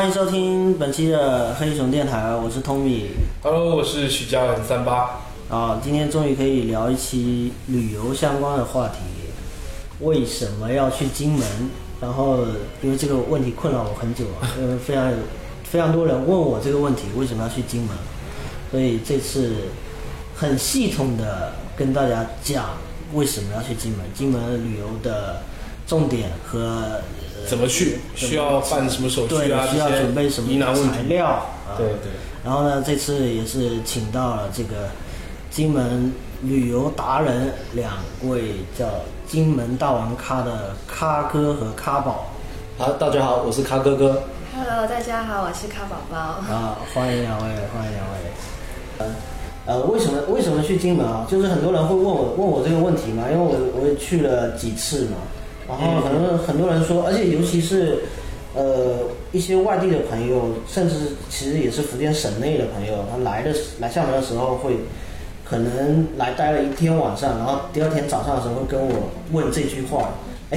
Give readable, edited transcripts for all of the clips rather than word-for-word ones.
欢迎收听本期的黑熊电台，我是 Tommy。Hello， 我是许家人38。 今天终于可以聊一期旅游相关的话题，为什么要去金门？然后因为这个问题困扰我很久啊，因为非常多人问我这个问题，为什么要去金门？所以这次很系统的跟大家讲为什么要去金门，金门旅游的重点和怎么去，需要办什么手续啊？ 需要准备什么材料？ 对。 然后呢，这次也是请到了这个金门旅游达人两位，叫金门大王咖的咖哥和咖宝。 好，大家好，我是咖哥哥。 Hello， 大家好，我是咖宝宝。 欢迎两位。为什么去金门啊？就是很多人会问我这个问题嘛，因为我也去了几次嘛。然后很多人说，而且尤其是一些外地的朋友，甚至其实也是福建省内的朋友，他来厦门的时候会可能来待了一天晚上，然后第二天早上的时候会跟我问这句话：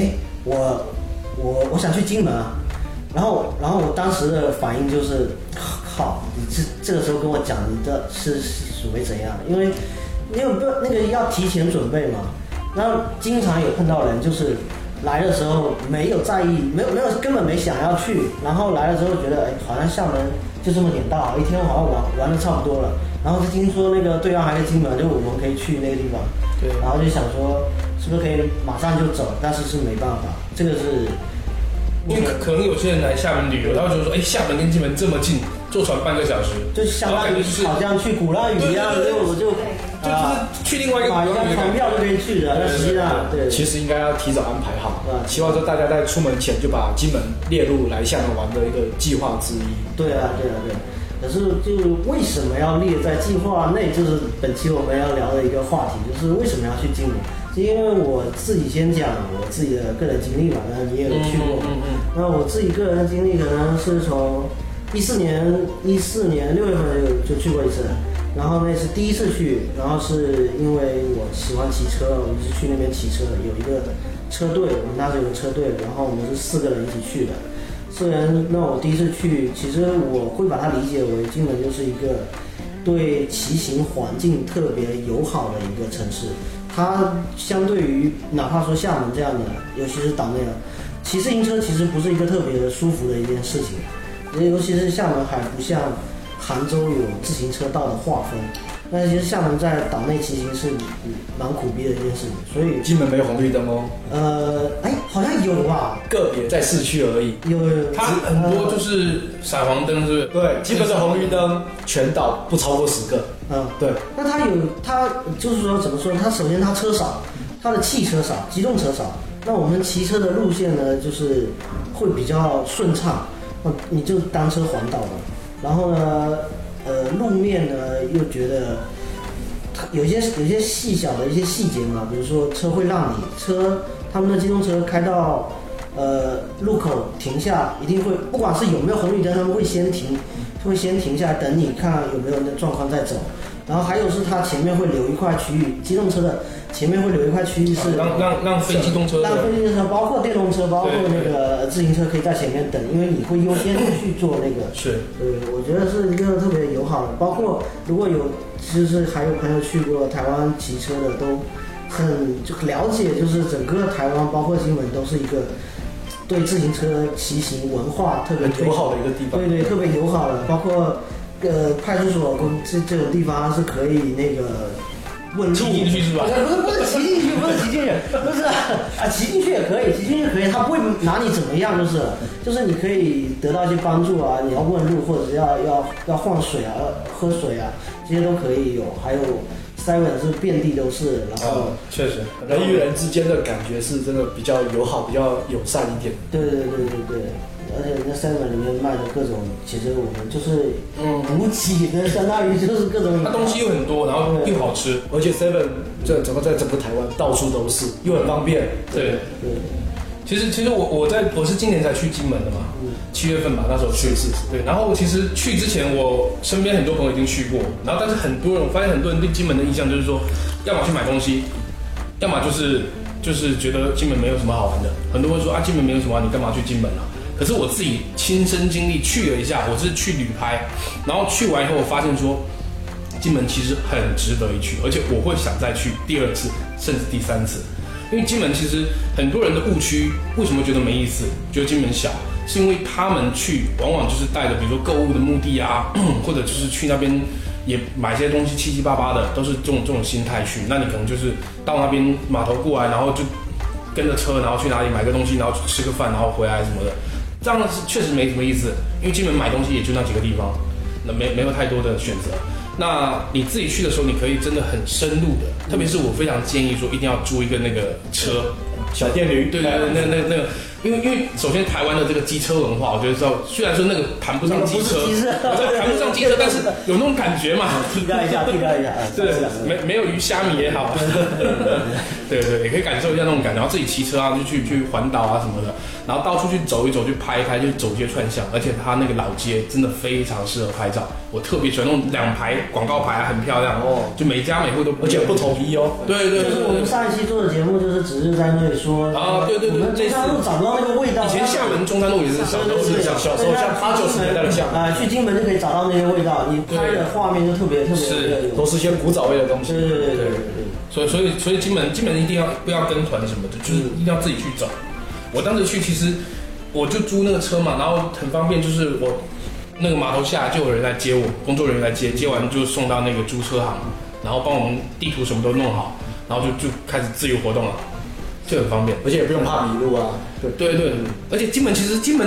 我想去金门啊。然后我当时的反应就是，靠，你这个时候跟我讲你的是属于怎样？因为那个要提前准备嘛。然后经常有碰到人就是来的时候没有在意，没有根本没想要去，然后来了之后觉得好像厦门就这么点大，一天好像玩的差不多了。然后就听说那个对岸还有金门，就我们可以去那个地方。 对。 然后就想说是不是可以马上就走，但是没办法，这个是。 因为可能有些人来厦门旅游，他会觉得说，厦门跟金门这么近，坐船半个小时， 就相当于好像去鼓浪屿一样，所以我就去另外一个买一张船票就可以去的。但实际上，对， 其实应该要提早安排好。希望说大家在出门前就把金门列入来厦门玩的一个计划之一。 对。可是就为什么要列在计划内？就是本期我们要聊的一个话题，就是为什么要去金门？因为我自己先讲我自己的个人经历嘛，那你也有去过。那我自己个人的经历可能是从14年6月份就去过一次，然后那是第一次去，然后是因为我喜欢骑车，我一直去那边骑车，有一个车队，我们当时有个车队，然后我们是4个人一起去的。4人，那我第一次去，其实我会把它理解为金门就是一个对骑行环境特别友好的一个城市。它相对于哪怕说厦门这样的，尤其是岛内啊，骑自行车其实不是一个特别舒服的一件事情，尤其是厦门还不像杭州有自行车道的划分。但是其实厦门在岛内骑行是蛮苦逼的一件事情，所以金门没有红绿灯哦。 好像有吧， 个别在市区而已。 有， 它很多就是闪黄灯，是不是？ 对，基本的红绿灯全岛不超过10个。对。 那它就是说怎么说呢？它首先它车少，它的汽车少，机动车少。那我们骑车的路线呢，就是会比较顺畅，你就单车环岛嘛。然后呢，路面呢又觉得有些细小的一些细节嘛，比如说车会让他们的机动车开到路口停下，一定会不管是有没有红绿灯，他们会先停下来等你看有没有那状况再走。然后还有是它前面会留一块区域，机动车的前面会留一块区域是让非机动车， 包括电动车，包括那个自行车可以在前面等，因为你会优先去做那个。 是。 我觉得是一个特别友好的。包括如果就是还有朋友去过台湾骑车的，都就了解，就是整个台湾包括金门都是一个对自行车骑行文化特别友好的一个地方。 对，特别友好的，包括。派出所这种地方是可以那个问路， 骑进去是吧？ 不是骑进去，不是骑进去也可以，他不会拿你怎么样，就是你可以得到一些帮助啊，你要问路或者是要换水啊、喝水啊，这些都可以有，还有 7 是遍地都是，然后确实人与人之间的感觉是真的比较友好、比较友善一点。 对。而且那7里面卖的各种，其实我们就是补给的，相当于就是各种。 它东西又很多，然后又好吃， 而且7在整个台湾到处都是，又很方便。 对。其实我是今年才去金门的嘛，7月份吧，那时候去一次。对，然后其实去之前我身边很多朋友已经去过，然后但是我发现很多人对金门的印象就是说，要么去买东西，要么就是觉得金门没有什么好玩的。很多人说金门没有什么，你干嘛去金门啊？ 可是我自己亲身经历去了一下，我是去旅拍，然后去完以后我发现说，金门其实很值得一去，而且我会想再去第2次甚至第3次。因为金门其实很多人的误区，为什么觉得没意思，觉得金门小，是因为他们去往往就是带着比如说购物的目的啊，或者就是去那边也买些东西七七八八的，都是这种心态去。那你可能就是到那边码头过来，然后就跟着车，然后去哪里买个东西，然后吃个饭，然后回来什么的，这样是确实没什么意思。因为金门买东西也就那几个地方，那没有太多的选择。那你自己去的时候，你可以真的很深入的，特别是我非常建议说，一定要租一个那个车， 小电驴。 对，那个，因为首先台湾的这个机车文化，我觉得知道，虽然说那个谈不上机车，谈不上机车，但是有那种感觉嘛， 替代一下， 对，没有鱼虾米也好，对，也可以感受一下那种感觉，然后自己骑车啊，就去环岛啊什么的，然后到处去走一走，去拍一拍，就走街串巷，而且它那个老街真的非常适合拍照，我特别喜欢那种2排广告牌啊，很漂亮哦，就每家每户都， 而且不统一哦。 对， 就是我们上一期做的节目，就是只是在那里说啊，对， 我们中山路找不到那个味道。 以前厦门中山路也是小时候像80、90年代的巷去金门就可以找到那些味道，你拍的画面就特别是， 都是些古早味的东西。 对。 所以金门一定不要跟团什么的，就是一定要自己去走。我当时去，其实我就租那个车嘛，然后很方便，就是我那个码头下来就有人来接我，工作人员来接完就送到那个租车行，然后帮我们地图什么都弄好，然后就开始自由活动了，就很方便， 而且也不用怕迷路啊。 对，而且金门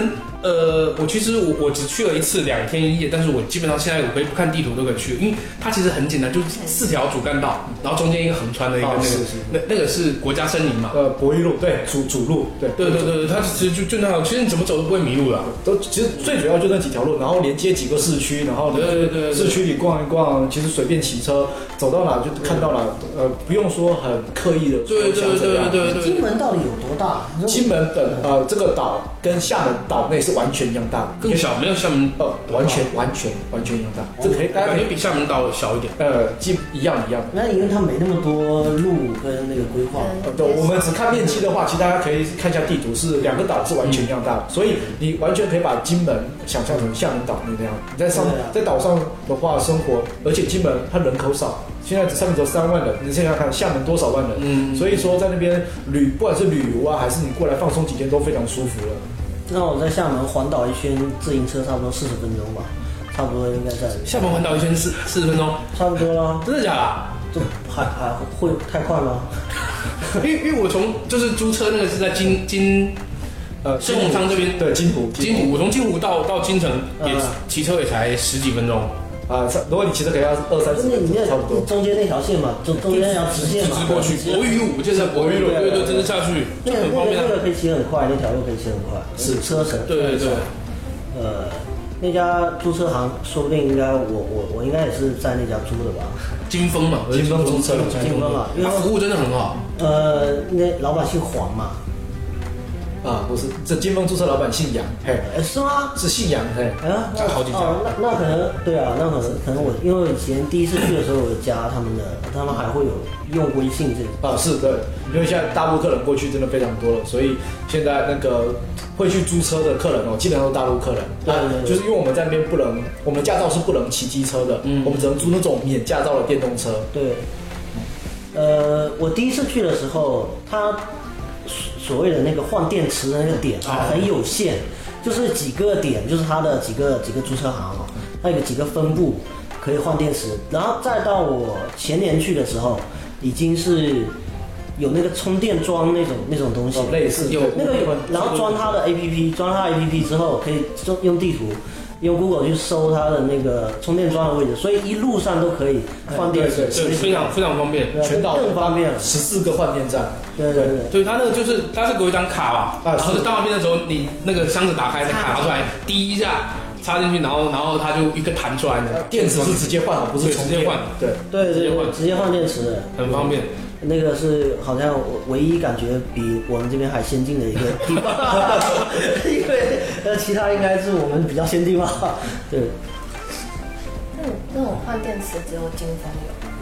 我只去了1次2天1夜，但是我基本上现在我可以不看地图都可以去，因为它其实很简单，就是4条主干道，然后中间一个横穿的一个那个是国家森林嘛， 博弈路，对，主路，对， 它其实就那样，其实你怎么走都不会迷路的， 其实最主要就那几条路，然后连接几个市区，然后对，市区里逛一逛，其实随便骑车走到哪就看到哪，不用说很刻意的。 对。 金门到底有多大？ 金门这个岛跟厦门岛内是完全一样大的， 更小，没有厦门完全一样大。这可以感觉比厦门岛小一点。 一样的。 那因为它没那么多路跟那个规划。 对，我们只看面积的话，其实大家可以看一下地图，是2个岛是完全一样大的，所以你完全可以把金门想象成厦门岛那样。你在岛上的话生活，而且金门它人口少。现在上面只有3万人，你想想看，厦门多少万人？所以说在那边不管是旅游啊，还是你过来放松几天，都非常舒服了。 那我在厦门环岛一圈，自行车差不多40分钟吧，差不多应该在。 厦门环岛一圈40分钟， 差不多啦。 真的假的？ 这还会太快吗？ 因为我从就是租车那个是在金鸿昌这边， 对，金湖， 我从金湖到金城也骑车也才10几分钟。 如果你骑车可能要20-30分钟，差不多。 中间那条线嘛，中间那条直线嘛， 直过去。国语5就是国语路，对，真的下去， 那个可以骑很快，那条路可以骑很快，是车神。 对。 那家租车行说不定应该我应该也是在那家租的吧。 金峰嘛， 金峰租车， 金峰嘛， 因为服务真的很好。 那老板姓黄嘛。 不是，这金峰租车老板姓杨， 是吗？ 是姓杨， 那好几家。 那可能对啊，那可能我因为以前第一次去的时候，我加他们还会有用微信这个。 是对，因为现在大陆客人过去真的非常多了，所以现在那个会去租车的客人基本上都是大陆客人。 对， 就是因为我们在那边我们驾照是不能骑机车的，我们只能租那种免驾照的电动车。 对。我第一次去的时候，他所谓的那个换电池的那个点很有限，就是几个点，就是它的几个租车行它有几个分部可以换电池，然后再到我前年去的时候，已经是有那个充电桩那种东西， 类似有那个然后装它的 APP， 装它的 APP 之后，可以用地图。用 Google 去搜它的那个充电桩的位置，所以一路上都可以换电池， 对，非常方便， 全岛更方便了 ，14个换电站。 对，它那个就是它是给我一张卡吧，然后到那边的时候，你那个箱子打开，那卡拿出来，滴一下插进去，然后它就一个弹出来的。 电池是直接换的，不是直接换。 对，直接换电池的， 很方便。 那个是好像唯一感觉比我们这边还先进的一个地方，因为其他应该是我们比较先进吧。对。 那种换电池只有金峰有。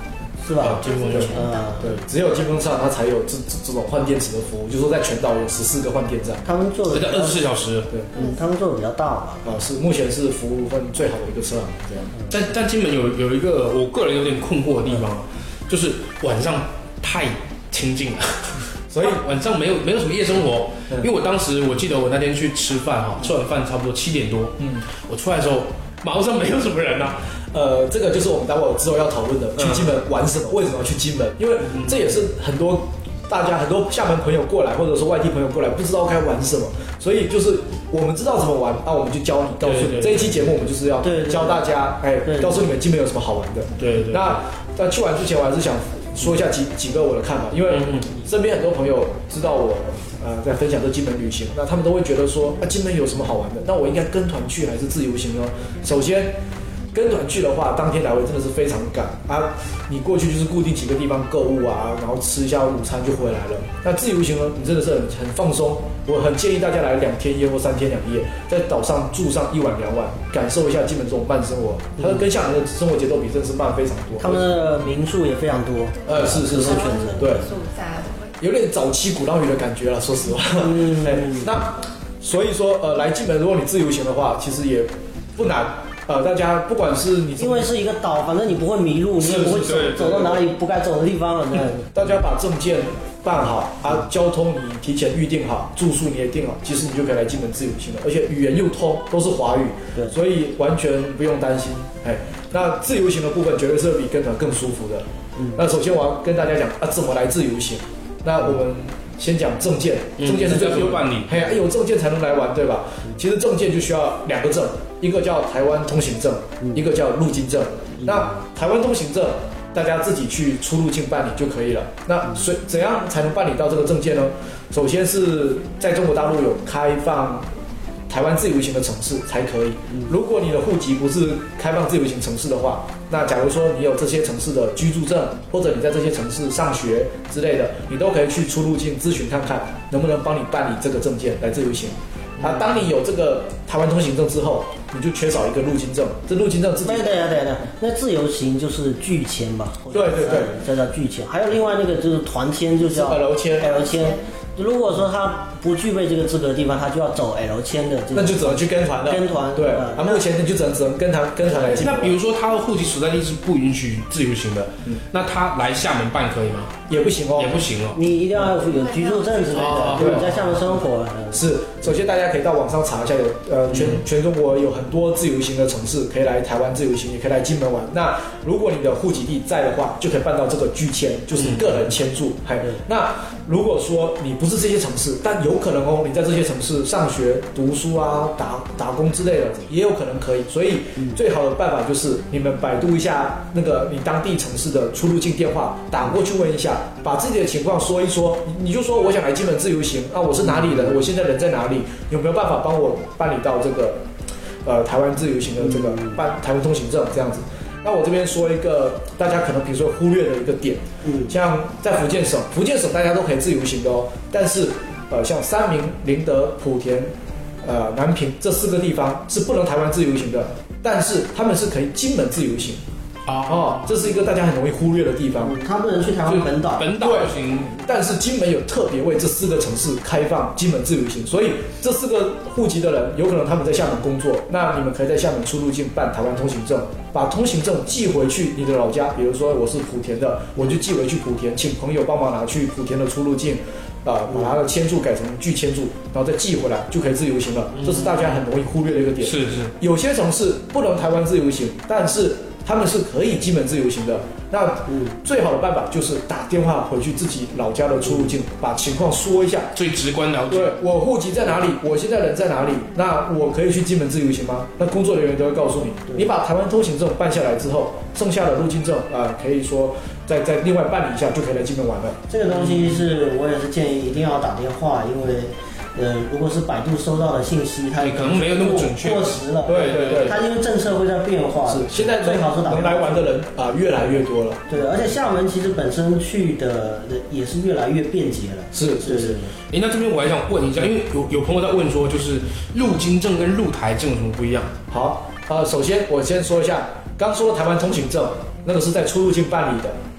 是吧？ 金峰有对，只有金峰上它才有这种换电池的服务，就是说在全岛有14个换电站。 他们做的这叫24小时。 对， 他们做的比较大吧？ 是目前是服务份最好的一个车行这样。 但金门有一个我个人有点困惑的地方，就是晚上太清静了。所以晚上没有什么夜生活，因为我当时我记得我那天去吃饭吃完饭差不多7点多，我出来的时候马路上没有什么人啊。 这个就是我们待会之后要讨论的，去金门玩什么？为什么要去金门？因为这也是很多大家很多厦门朋友过来，或者说外地朋友过来，不知道该玩什么，所以就是我们知道怎么玩，我们就教你，告诉你。这一期节目我们就是要教大家，告诉你们金门有什么好玩的。 对。 那去玩之前，我还是想说一下几个我的看法，因为身边很多朋友知道我在分享这金门旅行，那他们都会觉得说金门有什么好玩的？那我应该跟团去还是自由行呢？首先跟团去的话，当天来回真的是非常赶啊！你过去就是固定几个地方购物啊，然后吃一下午餐就回来了。那自由行呢，你真的是很放松。我很建议大家来2天1夜或3天2夜，在岛上住上1晚2晚，感受一下金门这种慢生活。它跟厦门的生活节奏比，真的是慢非常多。 他们的民宿也非常多， 是选择对，有点早期鼓浪屿的感觉了，说实话。那所以说来金门，如果你自由行的话，其实也不难。大家不管是你， 因为是一个岛，反正你不会迷路，你也不会走到哪里不该走的地方了。 大家把证件办好交通你提前预定好，住宿你也订好，其实你就可以来金门自由行了，而且语言又通，都是华语，所以完全不用担心。那自由行的部分绝对是比跟团更舒服的。那首先我要跟大家讲怎么来自由行。那我们先讲证件，证件是最有办理， 有证件才能来玩，对吧？其实证件就需要2个证，一个叫台湾通行证，一个叫入境证。那台湾通行证大家自己去出入境办理就可以了。那怎样才能办理到这个证件呢？首先是在中国大陆有开放台湾自由行的城市才可以。如果你的户籍不是开放自由行城市的话，那假如说你有这些城市的居住证，或者你在这些城市上学之类的，你都可以去出入境咨询看看，能不能帮你办理这个证件来自由行。当你有这个台湾通行证之后，你就缺少一个入境证。这入境证自己对，那自由行就是拒签吧？ 对， 这叫拒签。还有另外那个就是团签，就叫 L 签。 如果说他不具备这个资格的地方，他就要走 L 签的， 那就只能去跟团了。对，目前你就只能跟团来进。 那比如说他的户籍所在地是不允许自由行的，那他来厦门办可以吗？ 也不行哦， 也不行哦。 你一定要有居住证之类的，对，你在厦门生活。 是，首先大家可以到网上查一下，有全中国有很多自由行的城市，可以来台湾自由行，也可以来金门玩。那如果你的户籍地在的话，就可以办到这个居签，就是个人签注。那如果说你不是这些城市，但有可能你在这些城市上学、读书啊、打工之类的，也有可能可以。所以最好的办法就是你们百度一下那个你当地城市的出入境电话，打过去问一下，把自己的情况说一说，你就说我想来金门自由行我是哪里人，我现在人在哪里，有没有办法帮我办理到这个台湾自由行的这个办台湾通行证这样子。那我这边说一个大家可能比如说忽略的一个点，像在福建省大家都可以自由行的但是像三明、林德、莆田、南平这4个地方是不能台湾自由行的，但是他们是可以金门自由行。这是一个大家很容易忽略的地方。 他不能去台湾本岛行， 但是金门有特别为这4个城市开放金门自由行，所以这4个户籍的人有可能他们在厦门工作，那你们可以在厦门出入境办台湾通行证，把通行证寄回去你的老家，比如说我是莆田的，我就寄回去莆田，请朋友帮忙拿去莆田的出入境。把他的签注改成拒签注，然后再寄回来就可以自由行了。这是大家很容易忽略的一个点。 是， 有些城市不能台湾自由行，但是他们是可以金门自由行的。那最好的办法就是打电话回去自己老家的出入境，把情况说一下， 最直观了解。 对，我户籍在哪里，我现在人在哪里，那我可以去金门自由行吗？那工作人员都会告诉你。你把台湾通行证办下来之后，剩下的入境证可以说再另外办理一下，就可以来金门玩了。 这个东西是我也是建议一定要打电话，因为如果是百度收到的信息，它可能没有那么准确， 过时了。 对， 它因为政策会在变化。 是，现在最好是打电话。 能来玩的人越来越多了。 对，而且厦门其实本身去的也是越来越便捷了。 是。 那这边我还想问一下，因为有朋友在问说，就是入京证跟入台证有什么不一样？ 好，首先我先说一下，刚说台湾通行证那个是在出入境办理的。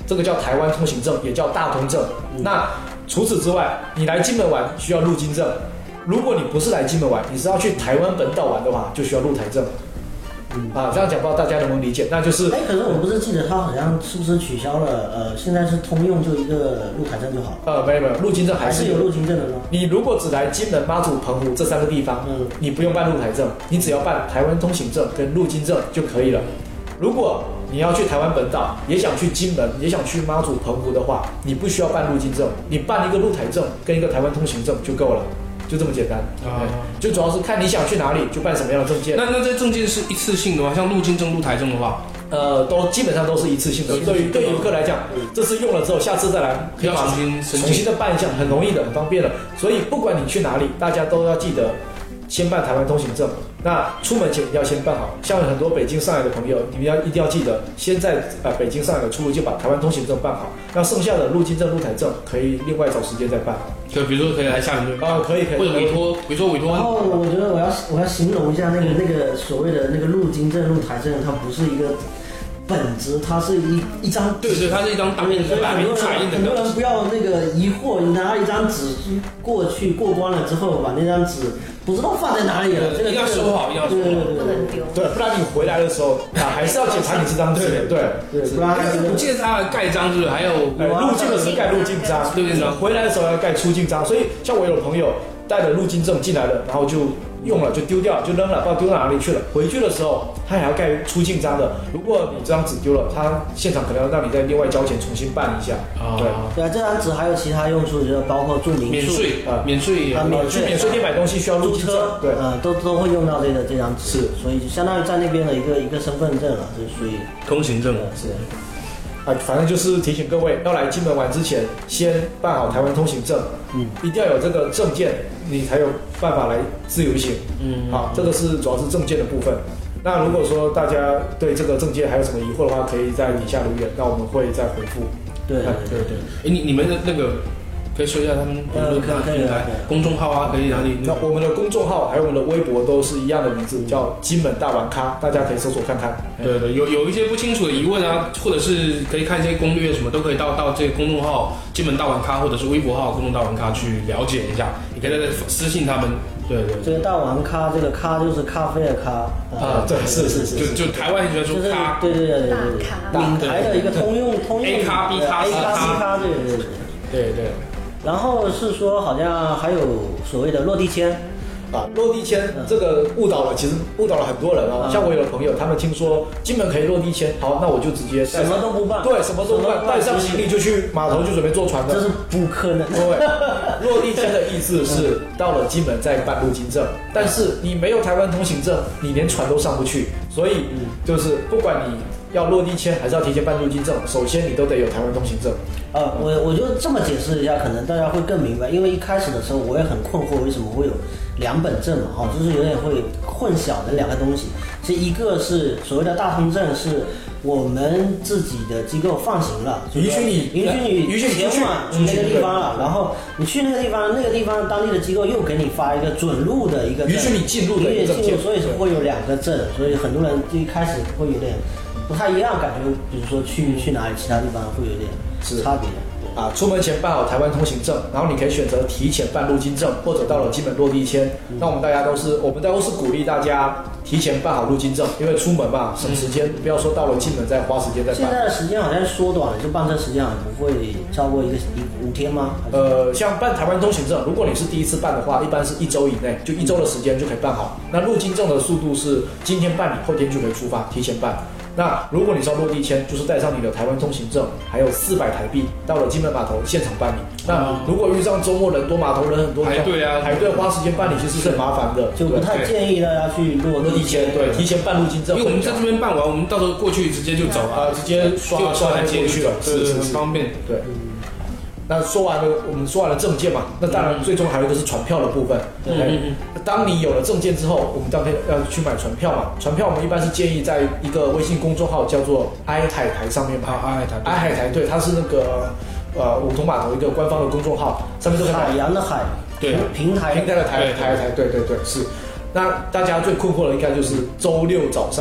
这个叫台湾通行证，也叫大通证。那除此之外，你来金门玩需要入境证。如果你不是来金门玩，你是要去台湾本岛玩的话，就需要入台证。这样讲不知道大家能不能理解？那就是， 可是我不是记得他好像是不是取消了？现在是通用就一个入台证就好。 没有，入境证还是有入境证的吗？ 你如果只来金门、马祖、澎湖这3个地方，你不用办入台证，你只要办台湾通行证跟入境证就可以了。如果你要去台湾本岛，也想去金门，也想去马祖、澎湖的话，你不需要办入境证，你办一个入台证跟一个台湾通行证就够了。就这么简单就主要是看你想去哪里就办什么样的证件。 那这证件是一次性的吗？像入境证、入台证的话， 都基本上都是一次性的。对游客来讲，这次用了之后，下次再来可以重新的办一下，很容易的，很方便的。所以不管你去哪里，大家都要记得先办台湾通行证。那出门前要先办好，像很多北京、上海的朋友，你们一定要记得，先在北京、上海的出入境把台湾通行证办好，那剩下的入境证、入台证可以另外找时间再办。 就比如说可以来厦门这边可以， 或者委托，比如说委托。 然后我觉得我要形容一下那个所谓的那个入境证、入台证，它不是一个本子，它是一张纸。 对，它是一张大面很多人不要那个疑惑，你拿一张纸过关了之后，把那张纸不知道放在哪里了， 一定要收好，一定要收好， 不能丢。 对，不然你回来的时候还是要检查你这张纸。对， 不然我记得他盖章是不是？还有入境的时候盖入境章，对，回来的时候要盖出境章。所以像我有朋友带着入境证进来了，然后就用了就丢掉就扔了，不知道丢到哪里去了。回去的时候他还要盖出境章的。如果你这张纸丢了，他现场可能要让你再另外交钱重新办一下。 对啊，这张纸还有其他用处，就包括住民宿、 免税去免税店买东西需要入境证，对， 都会用到这张纸，所以就相当于在那边的一个身份证了，就属于通行证是。 反正就是提醒各位，要来金门玩之前，先办好台湾通行证，一定要有这个证件，你才有办法来自由行。好，这个是主要是证件的部分。那如果说大家对这个证件还有什么疑惑的话，可以在底下留言，那我们会再回复。 对。 你们的那个可以说一下他们平台公众号可以哪里？ 那我们的公众号还有我们的微博都是一样的名字，叫金门大玩咖，大家可以搜索看看。 对，有一些不清楚的疑问或者是可以看一些攻略什么，都可以到这个公众号金门大玩咖，或者是微博号公众大玩咖去了解一下。你可以再私信他们。对， 这个大玩咖，这个咖就是咖啡的咖对，是， 就台湾很喜欢说咖， 对，闽台的一个通用 A 咖 B 咖 A 咖 C 咖， 对。 然后是说好像还有所谓的落地签。 落地签这个误导了很多人像我有的朋友，他们听说金门可以落地签，好，那我就直接什么都不办， 对，什么都不办，带上行李就去码头就准备坐船了， 这是不可能。 对，落地签的意思是到了金门再办入境证，但是你没有台湾通行证，你连船都上不去，所以就是不管你要落地签还是要提前办入境证，首先你都得有台湾通行证。 我就这么解释一下，可能大家会更明白。因为一开始的时候我也很困惑，为什么会有2本证嘛？就是有点会混淆的2个东西。其实一个是所谓的大通证，是我们自己的机构放行了， 允许你前往那个地方了，然后你去那个地方当地的机构又给你发一个准入的一个证， 允许你进入的一个证件， 所以会有2个证，所以很多人一开始会有点不太一样，感觉比如说去哪里其他地方会有点差别。 出门前办好台湾通行证，然后你可以选择提前办入境证，或者到了金门落地签。那我们都是鼓励大家提前办好入境证，因为出门嘛省时间，不要说到了金门再花时间再办。 现在的时间好像缩短了，就办证时间好像不会超过5天吗？ 像办台湾通行证，如果你是第一次办的话，一般是1周以内，就1周的时间就可以办好。那入境证的速度是今天办理，后天就可以出发，提前办。那如果你是要落地签，就是带上你的台湾通行证，还有400台币，到了金门码头现场办理。那如果遇上周末人多，码头人很多，排队花时间办理，其实是很麻烦的， 就不太建议大家去落地签。 对，提前办入境证， 因为我们在这边办完，我们到时候过去直接就走直接刷就过去了， 是很方便。 对。那我们说完了证件嘛，那当然最终还有一个是船票的部分。当你有了证件之后，我们当然要去买船票嘛。船票我们一般是建议在一个微信公众号叫做哀海台上面买。哀海台，对，它是那个五桐码头一个官方的公众号，上面都可以买。 海洋的海， 对， 平台的台，对，是。那大家最困惑的应该就是周6早上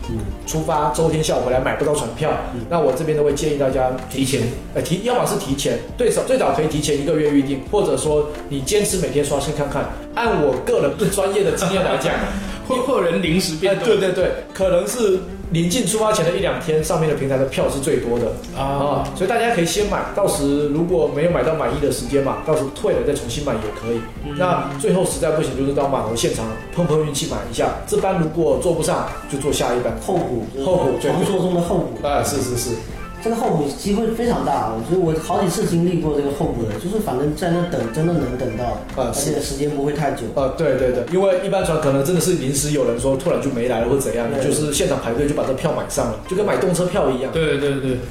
出发周天下午回来买不到船票，那我这边都会建议大家提前， 要么是提前，最早可以提前1个月预定，或者说你坚持每天刷新看看。按我个人不专业的经验来讲， 会有人临时变动。 对，可能是临近出发前的1-2天，上面的平台的票是最多的啊，所以大家可以先买，到时如果没有买到满意的时间嘛，到时退了再重新买也可以。那最后实在不行，就是到码头现场碰运气买一下。这班如果坐不上，就坐下一班候补，传说中的候补啊，是。 这个候补机会非常大，我觉得我好几次经历过这个候补的，就是反正在那等，真的能等到，而且时间不会太久。 对，因为一般船可能真的是临时有人说突然就没来了或怎样，你就是现场排队就把这票买上了，就跟买动车票一样。 对，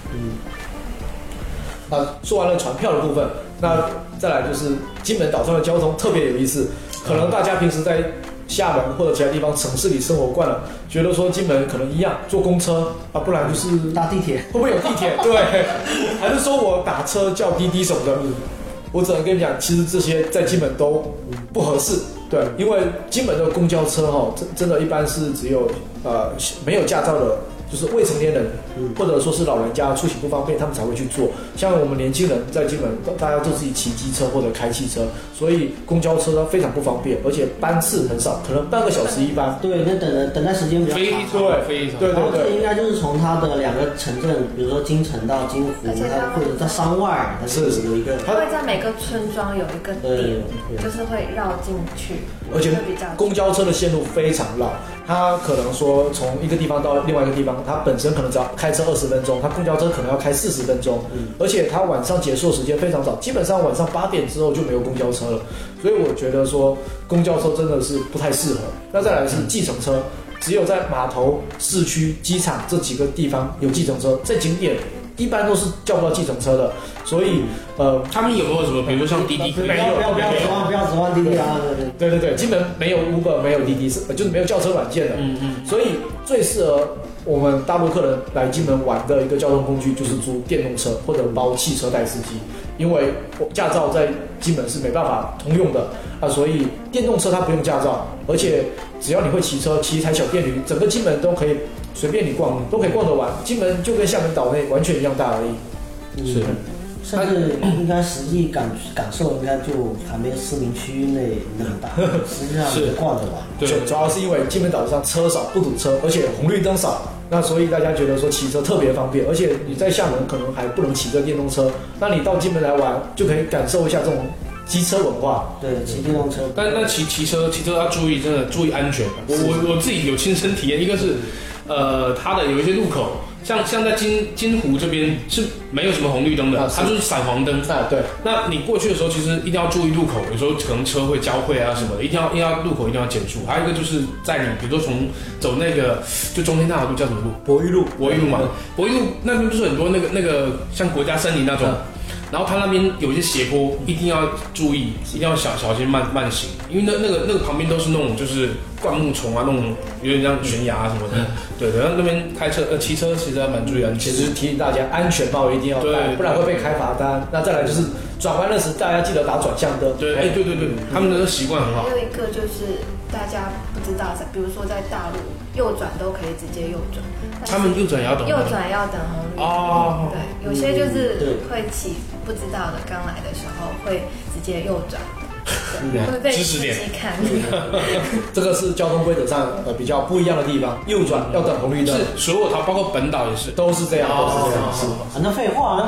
说完了船票的部分，那再来就是金门岛上的交通特别有意思，可能大家平时在厦门或者其他地方城市里生活惯了，觉得说金门可能一样坐公车啊，不然就是搭地铁， 会不会有地铁？对，还是说我打车叫滴滴什么的？我只能跟你讲，其实这些在金门都不合适。对，因为金门的公交车真的一般是只有没有驾照的，就是未成年人，或者说是老人家出行不方便，他们才会去坐。像我们年轻人在金门，大家都自己骑机车或者开汽车，所以公交车非常不方便，而且班次很少，可能半个小时一班。 对，那等待时间比较长。 非常。 对。 然后这应该就是从它的2个城镇，比如说金城到金湖，它或者在山外，它是有一个。 它会在每个村庄有一个点，就是会绕进去。 而且公交车的线路非常绕，它可能说从一个地方到另外一个地方，它本身可能只要开车20分钟，它公交车可能要开40分钟，而且它晚上结束的时间非常早，基本上晚上8点之后就没有公交车了，所以我觉得说公交车真的是不太适合。那再来是计程车，只有在码头、市区、机场这几个地方有计程车，在景点一般都是叫不到计程车的，所以他们有没有什么，比如说像滴滴？ 不要指望滴滴啊！ 对，基本没有 Uber， 没有滴滴，就是没有轿车软件的。所以最适合我们大陆客人来金门玩的一个交通工具就是租电动车或者包汽车带司机，因为驾照在金门是没办法通用的啊，所以电动车它不用驾照，而且只要你会骑车，骑一台小电驴，整个金门都可以随便你逛，都可以逛得完。金门就跟厦门岛内完全一样大而已。 是。 甚至应该实际感受应该就还没有市民区内那么大，实际上是逛着玩。 对，主要是因为金门岛上车少不堵车，而且红绿灯少，那所以大家觉得说骑车特别方便。而且你在厦门可能还不能骑着电动车，那你到金门来玩就可以感受一下这种机车文化。 对，骑电动车。 但骑车要注意，真的注意安全。我自己有亲身体验，一个是它的有一些路口。像在金湖这边是没有什么红绿灯的，它就是闪黄灯。 对。 那你过去的时候，其实一定要注意路口，有时候可能车会交汇啊什么的，一定要路口一定要减速。还有一个就是在你比如说从走那个就中天那条路叫什么路？ 博裕路嘛。博裕路那边就是很多那个像国家森林那种。然后它那边有一些斜坡，一定要注意，一定要小心慢行，因为那个旁边都是那种就是灌木丛啊，那种有点像悬崖啊什么的。对，然后那边骑车其实还蛮注意安全。 其实提醒大家，安全帽一定要戴，不然会被开罚单。那再来就是转弯的时，大家记得打转向灯。 对，对，他们的习惯很好。 还有一个就是大家不知道，比如说在大陆右转都可以直接右转， 他们右转也要等。 右转要等红绿灯。哦。对，有些就是会骑不知道的，刚来的时候会直接右转。会被司机看。 这个是交通规则上比较不一样的地方，右转要等红绿灯。 是所有它包括本岛也是都是这样， 是。那废话，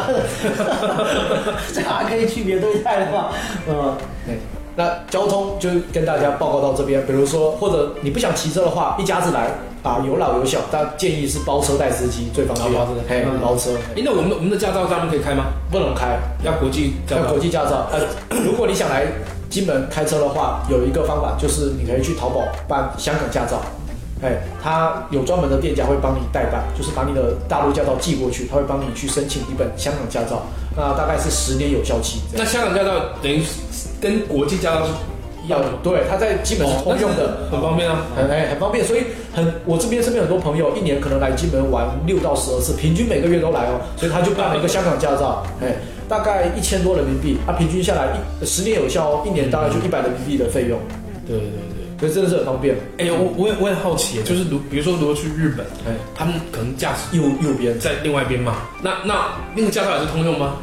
这还可以区别对待的话， 那交通就跟大家报告到这边。比如说，或者你不想骑车的话，一家子来啊，有老有小，但建议是包车带司机最方便。包车。 那我们的驾照上面可以开吗？ 不能开， 要国际驾照。如果你想来金门开车的话，有一个方法就是你可以去淘宝办香港驾照。他有专门的店家会帮你代办，就是把你的大陆驾照寄过去，他会帮你去申请一本香港驾照，那大概是10年有效期。 那香港驾照等于跟国际驾照是一样的？ 对，它在基本是通用的， 很方便啊， 很方便。所以我这边身边很多朋友一年可能来金门玩6到12次，平均每个月都来哦，所以他就办了一个香港驾照，大概1000多人民币，平均下来10年有效哦，一年大概就100人民币的费用。 对。 所以真的是很方便。 我很好奇，就是比如说如果去日本，他们可能驾驶右边在另外一边嘛，那个驾照也是通用吗？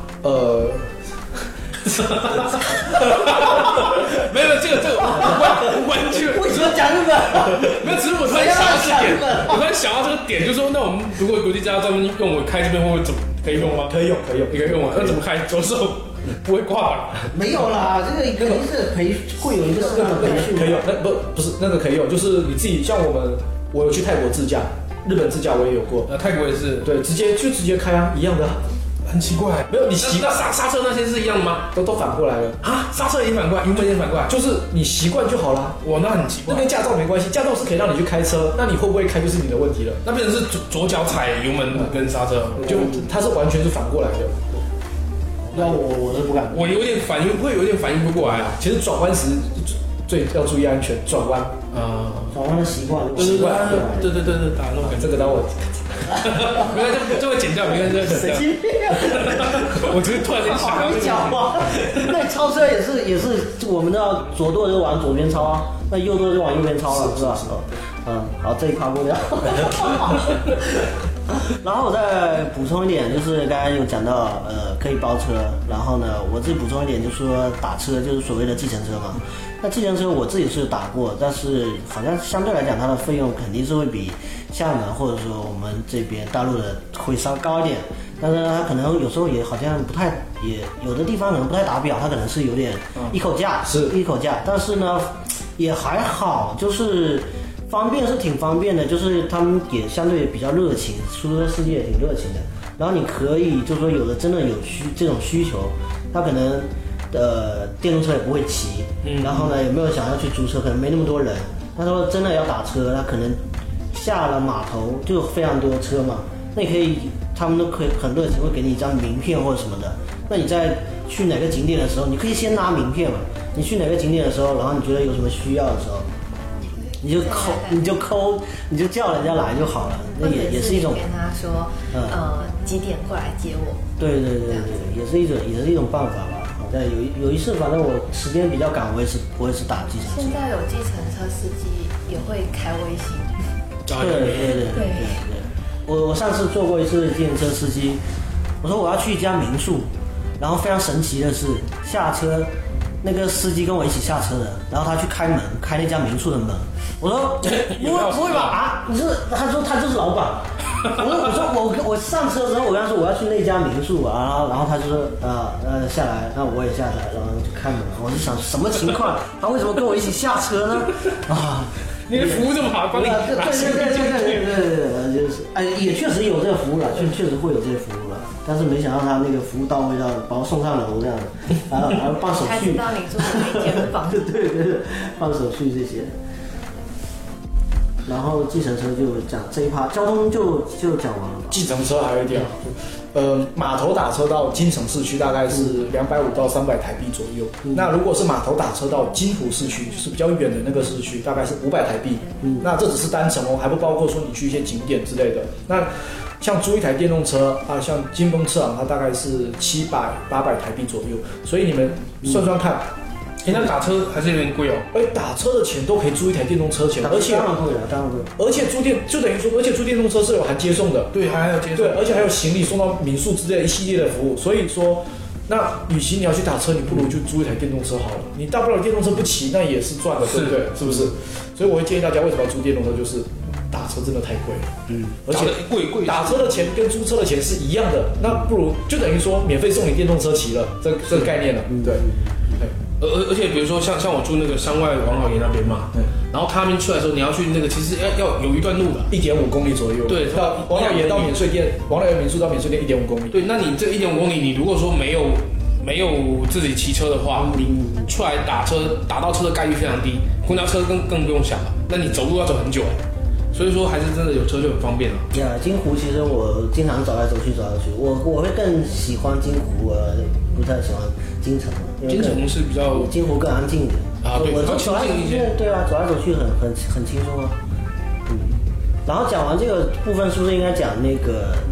没有这个完全为什么讲日本？ 没有，只是我突然想到这点，我突然想到这个点，就是说，那我们如果国际驾照专门用我开这边，会怎么可以用吗？ 可以用啊。那怎么开？左手不会挂吧？ 没有啦，这个肯定是会有一个适当的培训。 可以用，那不是那个可以用，就是你自己像我有去泰国自驾，日本自驾我也有过， 泰国也是， 对，直接开啊，一样的。 很奇怪， 没有你习惯刹车那些是一样的吗？ 都反过来了啊！刹车也反过来，油门也反过来， 就是你习惯就好了。 哇，那很奇怪。 那跟驾照没关系，驾照是可以让你去开车，那你会不会开就是你的问题了。 那变成是左脚踩油门跟刹车， 它是完全是反过来的。 那我是不敢， 我有点反应不过来啊。 其实转弯时最要注意安全，转弯转弯的习惯， 对，打那种这个当我。 没关系，这会剪掉，没关系， 神经病！ 我只是突然间想到你讲话，那超车也是，我们要左舵就往左边超啊，那右舵就往右边超了，是吧？好，这一趴过掉。然后我再补充一点，就是刚才有讲到可以包车，然后呢，我自己补充一点，就是说打车就是所谓的计程车嘛。那计程车我自己是打过，但是好像相对来讲它的费用肯定是会比厦门或者说我们这边大陆的会稍高一点，但是呢它可能有时候也好像不太，也有的地方可能不太打表，它可能是有点一口价，但是呢也还好，就是方便是挺方便的，就是他们也相对比较热情，出租车司机也挺热情的。然后你可以就是说有的真的有这种需求，他可能电动车也不会骑，然后呢有没有想要去租车，可能没那么多人。他说真的要打车，他可能下了码头就非常多车嘛，那你可以，他们都可以很热情，会给你一张名片或者什么的。那你在去哪个景点的时候，你可以先拿名片嘛。你去哪个景点的时候，然后你觉得有什么需要的时候，你就叫人家来就好了。那也是一种跟他说，几点过来接我。 对，也是一种办法吧。对，有一次，反正我时间比较赶，我也是打计程车。 现在有计程车司机也会开微信。 对。我上次做过一次计程车司机，我说我要去一家民宿，然后非常神奇的是下车，那个司机跟我一起下车的，然后他去开门，开那家民宿的门。我说不会吧啊？他说他就是老板。我上车之后，我跟他说我要去那家民宿啊，然后他就说下来，那我也下来，然后就开门。我就想什么情况？他为什么跟我一起下车呢？啊， 你的服务这么好，帮你对，就是也确实有这个服务了，确实会有这个服务了，但是没想到他那个服务到位到把我送上楼这样的，然后办手续， 才知道你住哪一间房。 对，办手续这些。然后计程车就讲这一趴，交通就讲完了吧。 计程车还有一点，码头打车到金城市区大概是250到300台币左右。那如果是码头打车到金浦市区，就是比较远的那个市区，大概是500台币。那这只是单程哦，还不包括说你去一些景点之类的。那像租一台电动车啊，像金风车行，它大概是700、800台币左右。所以你们算算看。 那打车还是有点贵哦。 打车的钱都可以租一台电动车钱，而且当然贵了。 而且租电动车是有含接送的， 对，还有接送， 对，而且还有行李送到民宿之类的一系列的服务。所以说，那与其你要去打车，你不如就租一台电动车好了。你大不了电动车不骑，那也是赚的，对不对？是不是？所以我会建议大家，为什么要租电动车？就是打车真的太贵了，而且贵， 打车的钱跟租车的钱是一样的，那不如就等于说免费送你电动车骑了，这个概念了，对。 而且比如说像我住那个山外王老爷那边嘛，然后他们出来的时候，你要去那个其实要有一段路的 ，1.5公里左右。对，到王老爷到免税店，王老爷民宿到免税店1.5公里。 对，那你这1.5公里，你如果说没有自己骑车的话，你出来打到车的概率非常低，公交车更不用想了。那你走路要走很久，所以说还是真的有车就很方便了。 金湖其实我经常走来走去，我会更喜欢金湖，我不太喜欢金城。 金城是比较金湖更安静一点啊，对， 我走来走去，对啊，走来走去很轻松啊。然后讲完这个部分，是不是应该讲那个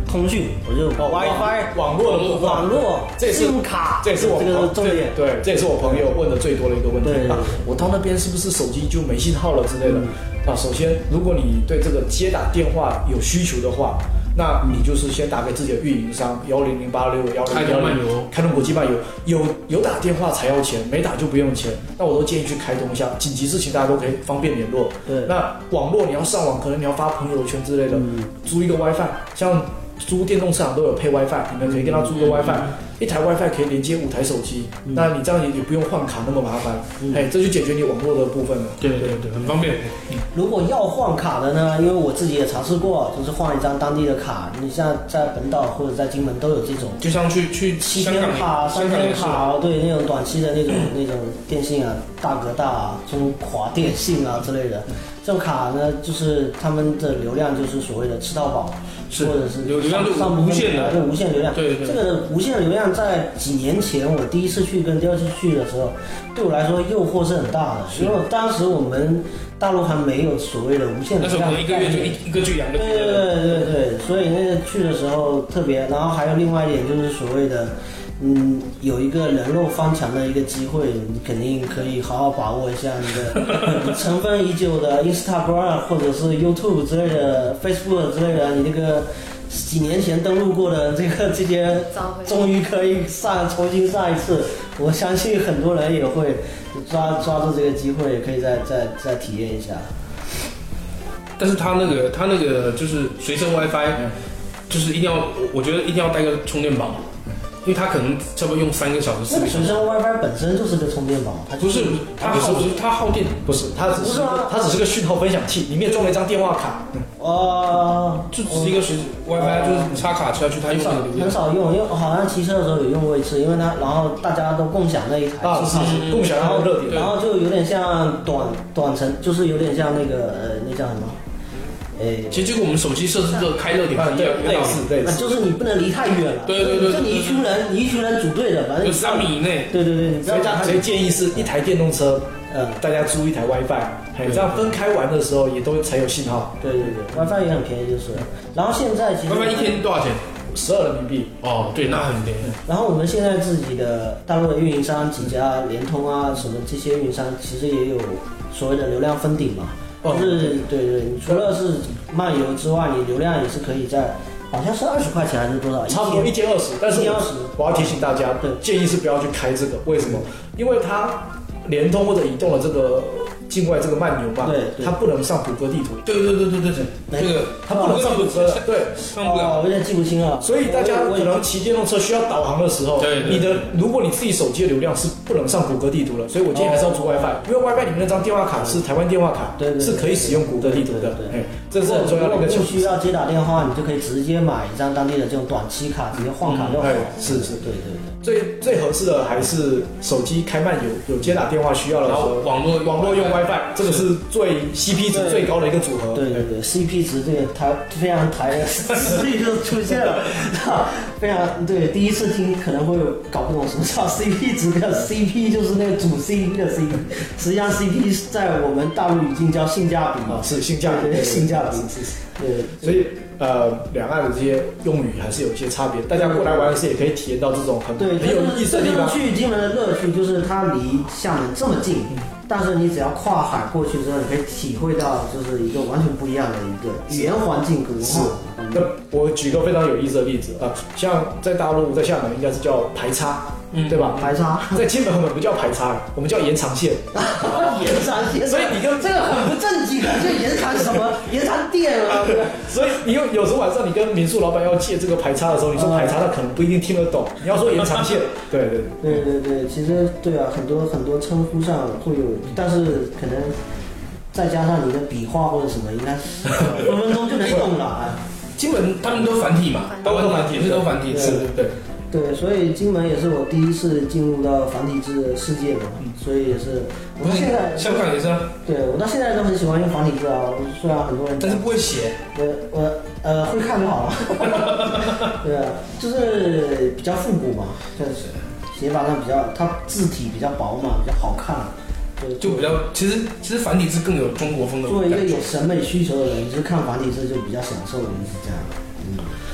通讯，我就WiFi 网络的部分， 网络， 这也是信用卡， 这也是我这个重点。 对，这也是我朋友问的最多的一个问题。 对， 我到那边是不是手机就没信号了之类的？首先，如果你对这个接打电话有需求的话，那你就是先打给自己的运营商100861010开通国际漫游，有打电话才要钱，没打就不用钱。那我都建议去开通一下，紧急事情大家都可以方便联络。 对， 那网络你要上网，可能你要发朋友圈之类的，租一个 WiFi， 像租电动车行都有配 WiFi， 你们可以跟他租个 WiFi，一台 WiFi 可以连接5台手机，那你这样也不用换卡那么麻烦，这就解决你网络的部分了。 对，很方便。 如果要换卡的呢，因为我自己也尝试过，就是换一张当地的卡，你像在本岛或者在金门都有这种， 就像去 7天卡、3天卡，对，那种短期的那种电信啊，大哥大啊、中华电信啊之类的，这种卡呢，就是他们的流量就是所谓的吃到饱。或者是流量就无限的， 对，无限流量。 对， 这个无限流量在几年前我第一次去跟第二次去的时候，对我来说诱惑是很大的，因为当时我们大陆还没有所谓的无限流量。 那时候可能1个月就一个剧2个剧。 对，所以那个去的时候特别，然后还有另外一点就是所谓的。有一个人肉翻墙的一个机会，你肯定可以好好把握一下那个尘封已久的 Instagram 或者是 YouTube 之类的 Facebook 之类的，你那个几年前登录过的这些，终于可以重新上一次。我相信很多人也会抓住这个机会，也可以再体验一下。 但是他那个就是随身 WiFi，就是一定要，我觉得一定要带个充电宝。因为它可能差不多用3个小时。 那个随身 WiFi 本身就是个充电宝，它不是它耗电， 不是它只是个讯号分享器，里面装了一张电话卡。 就只是一个WiFi，就是插卡插下去，它用那个流量很少用，因为好像骑车的时候有用过一次，因为它然后大家都共享那一台， 共享那个热点， 然后就有点像短程，就是有点像那个那叫什么？ 其实就跟我们手机设置热开热点一样， 类似， 就是你不能离太远了。 对， 就你一群人组队的，反正就3米以内。 对，你不要所以建议是一台电动车，大家租一台 WiFi， 这样分开玩的时候也都才有信号。 对，WiFi 也很便宜就是。然后现在其实 WiFi 一天多少钱 ？12人民币。 哦，对，那很便宜。 然后我们现在自己的大陆的运营商几家，联通啊什么这些运营商，其实也有所谓的流量封顶嘛。就是对，你除了是漫游之外，你流量也是可以在，好像是20块钱还是多少？ 差不多1天20，但是我要提醒大家， 对， 建议是不要去开这个，为什么？因为它联通或者移动的这个境外这个漫游吧， 对， 它不能上谷歌地图。 对，这个它不能上谷歌，对， 上不了， 我有点记不清了。 所以大家可能骑电动车需要导航的时候，如果你自己手机的流量是不能上谷歌地图了，所以我建议还是要租 WiFi，因为 WiFi 里面那张电话卡是台湾电话卡，是可以使用谷歌地图的。这是很重要的一个不需要接打电话，你就可以直接买一张当地的这种短期卡，直接换卡就好。 是， 对。 最合适的还是手机开漫游，有接打电话需要的时候，网络用 WiFi， 这个是最 CP 值最高的一个组合。 对，CP 值这个非常抬的实力就出现了，非常对。第一次听可能会搞不懂什么叫 CP 值，跟 CP 就是那个主 CP 的 CP， 实际上 CP 在我们大陆语境叫性价比嘛， 是性价比， 性价比。 对，所以两岸的这些用语还是有一些差别。大家过来玩的时候也可以体验到这种很有意思的地方。 去金门的乐趣就是它离厦门这么近，但是你只要跨海过去之后，你可以体会到就是一个完全不一样的一个语言环境文化。 那我举个非常有意思的例子像在大陆，在厦门应该是叫排叉，对吧？ 排叉在金门我们不叫排叉，我们叫延长线。 延长线， 所以你跟这个很不正经，就延长什么？延长电啊！ 所以你有时候晚上你跟民宿老板要借这个排叉的时候，你说排叉，他可能不一定听得懂。你要说延长线，对， 其实对啊，很多称呼上会有，但是可能再加上你的笔画或者什么，应该分分钟就能懂了。 金门他们都繁体嘛，都繁体，是都繁体字， 对，所以金门也是我第一次进入到繁体字的世界嘛，所以也是。我到现在香港也是啊。 对，我到现在都很喜欢用繁体字啊，虽然很多人， 但是不会写。 我会看就好了。对啊，就是比较复古嘛，就是写法上比较，它字体比较薄嘛，比较好看。 就比较，其实繁体字更有中国风的。 作为一个有审美需求的人，就是看繁体字就比较享受的，是这样。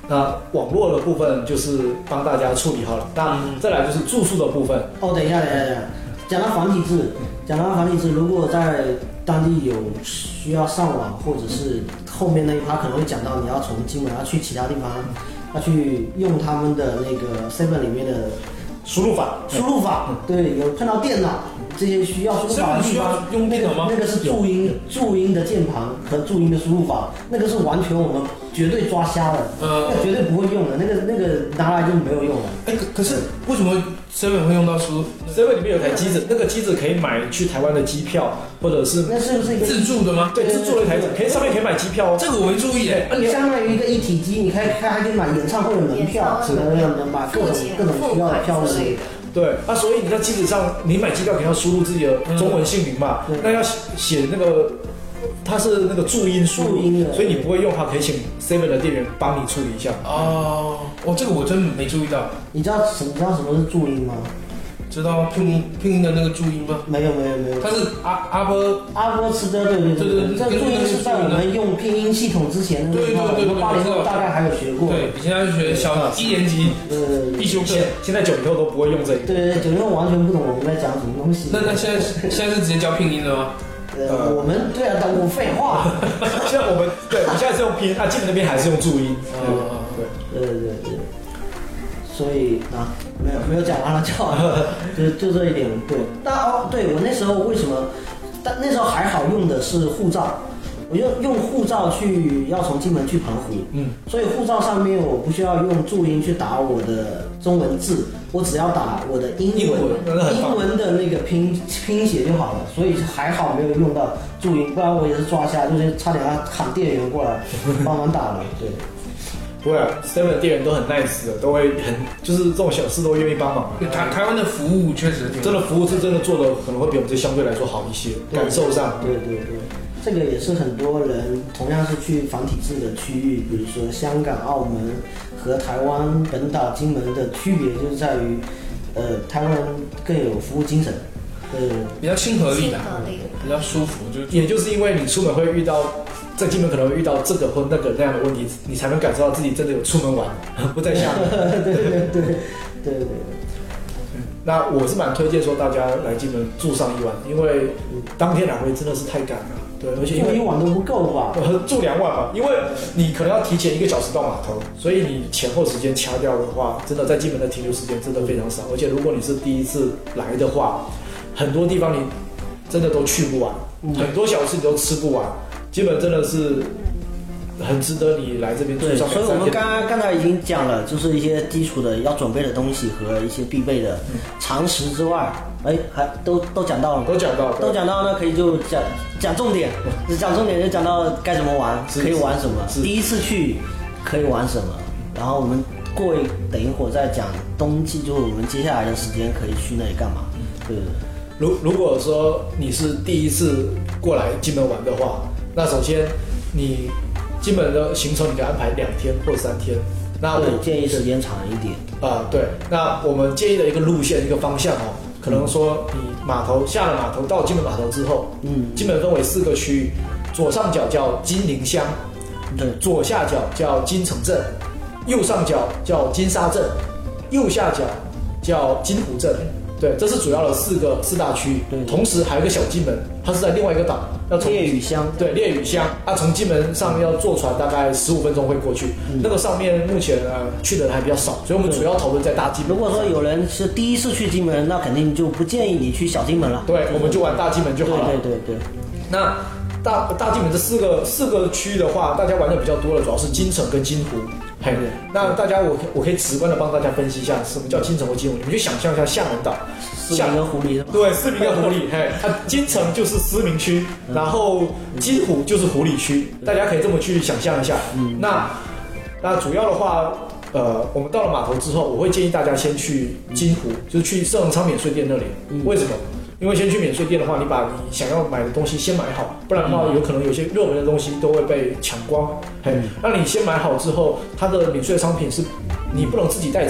那网络的部分就是帮大家处理好了。那再来就是住宿的部分。 等一下，讲到繁体字，如果在当地有需要上网，或者是后面那一趴可能会讲到你要从金门要去其他地方，要去用他们的那个 7 里面的输入法， 对，有碰到电脑这些需要输入法的地方， 用电脑吗？ 那个是注音的键盘和注音的输入法，那个是完全我们绝对抓瞎的，那绝对不会用的，那个拿来就没有用了。 可是为什么 7 会用到7 里面有台机子，那个机子可以买去台湾的机票，或者是那是不是一个自助的吗？ 对，自助的台子，上面可以买机票哦。 这个我没注意哎。 相当于一个一体机，你还可以买演唱会的门票，什么的，买各种需要的票子。 对，所以你在机子上，你买机票肯定要输入自己的中文姓名嘛，那要写那个，它是那个注音输入，所以你不会用它，可以请 7 的店员帮你处理一下。 这个我真没注意到。 你知道什么是注音吗？ 知道拼音的那个注音吗？ 没有， 它是阿波吃的，对，这注音是在我们用拼音系统之前的， 对，我们80后大概还有学过。 对，以前要学小1年级必修课， 现在90后都不会用这个。 对，90后完全不懂我们在讲什么东西。 那现在是直接教拼音了吗？ 我们对啊，我废话。 现在我们现在是用拼音，基本那边还是用注音。 对。所以没有讲完了，就这一点。对，对我那时候为什么？但那时候还好用的是护照，我用护照要从金门去澎湖，所以护照上面我不需要用注音去打我的中文字，我只要打我的英文的那个拼写就好了，所以还好没有用到注音，不然我也是抓瞎，就是差点要喊店员过来帮忙打了。对。 不会，7的店员都很 nice 的，都会就是这种小事都愿意帮忙。 台湾的服务确实真的服务是真的做的可能会比我们这相对来说好一些，感受上。 对，这个也是很多人同样是去繁体字的区域，比如说香港、澳门和台湾本岛金门的区别，就是在于，台湾更有服务精神， 比较亲和力的，比较舒服， 也就是因为你出门会遇到。在金门可能会遇到这个或那个那样的问题，你才能感受到自己真的有出门玩，不在厦门。 对。 那我是蛮推荐说大家来金门住上1晚，因为当天来回真的是太赶了。对，而且因为 1晚都不够吧？ 住2晚嘛，因为你可能要提前1个小时到码头，所以你前后时间掐掉的话，真的在金门的停留时间真的非常少。而且如果你是第一次来的话，很多地方你真的都去不完，很多小吃你都吃不完。基本真的是很值得你来这边住上。 所以我们刚才已经讲了，就是一些基础的要准备的东西和一些必备的常识之外，还都讲到了， 都讲到那可以就讲重点，讲重点就讲到该怎么玩，可以玩什么，第一次去可以玩什么，然后我们等一会儿再讲冬季，就是我们接下来的时间可以去那里干嘛，对。 如果说你是第一次过来金门玩的话，那首先你金门的行程你可以安排2天或3天。那我建议时间长一点。 对，那我们建议的一个路线一个方向可能说你下了码头到金门码头之后，金门分为4个区域，左上角叫金陵乡， 对， 左下角叫金城镇，右上角叫金沙镇，右下角叫金湖镇。对，这是主要的4大区，同时还有一个小金门，它是在另外一个岛，要从烈屿乡。 对，烈屿乡，从金门上要坐船大概15分钟会过去。那个上面目前去的人还比较少，所以我们主要讨论在大金门。 如果说有人是第一次去金门，那肯定就不建议你去小金门了。 对，我们就玩大金门就好了。 对。 那大金门这四个区域的话，大家玩的比较多的主要是金城跟金湖。那大家我可以直观的帮大家分析一下什么叫金城或金湖。你们去想象一下厦门岛， 四明跟湖里， 对，四明跟湖里，金城就是思明区，然后金湖就是湖里区，大家可以这么去想象一下。那主要的话，我们到了码头之后，我会建议大家先去金湖，就是去盛恒昌免税店那里。为什么？因为先去免税店的话，你把你想要买的东西先买好，不然的话有可能有些热门的东西都会被抢光。那你先买好之后，它的免税商品是你不能自己带走的，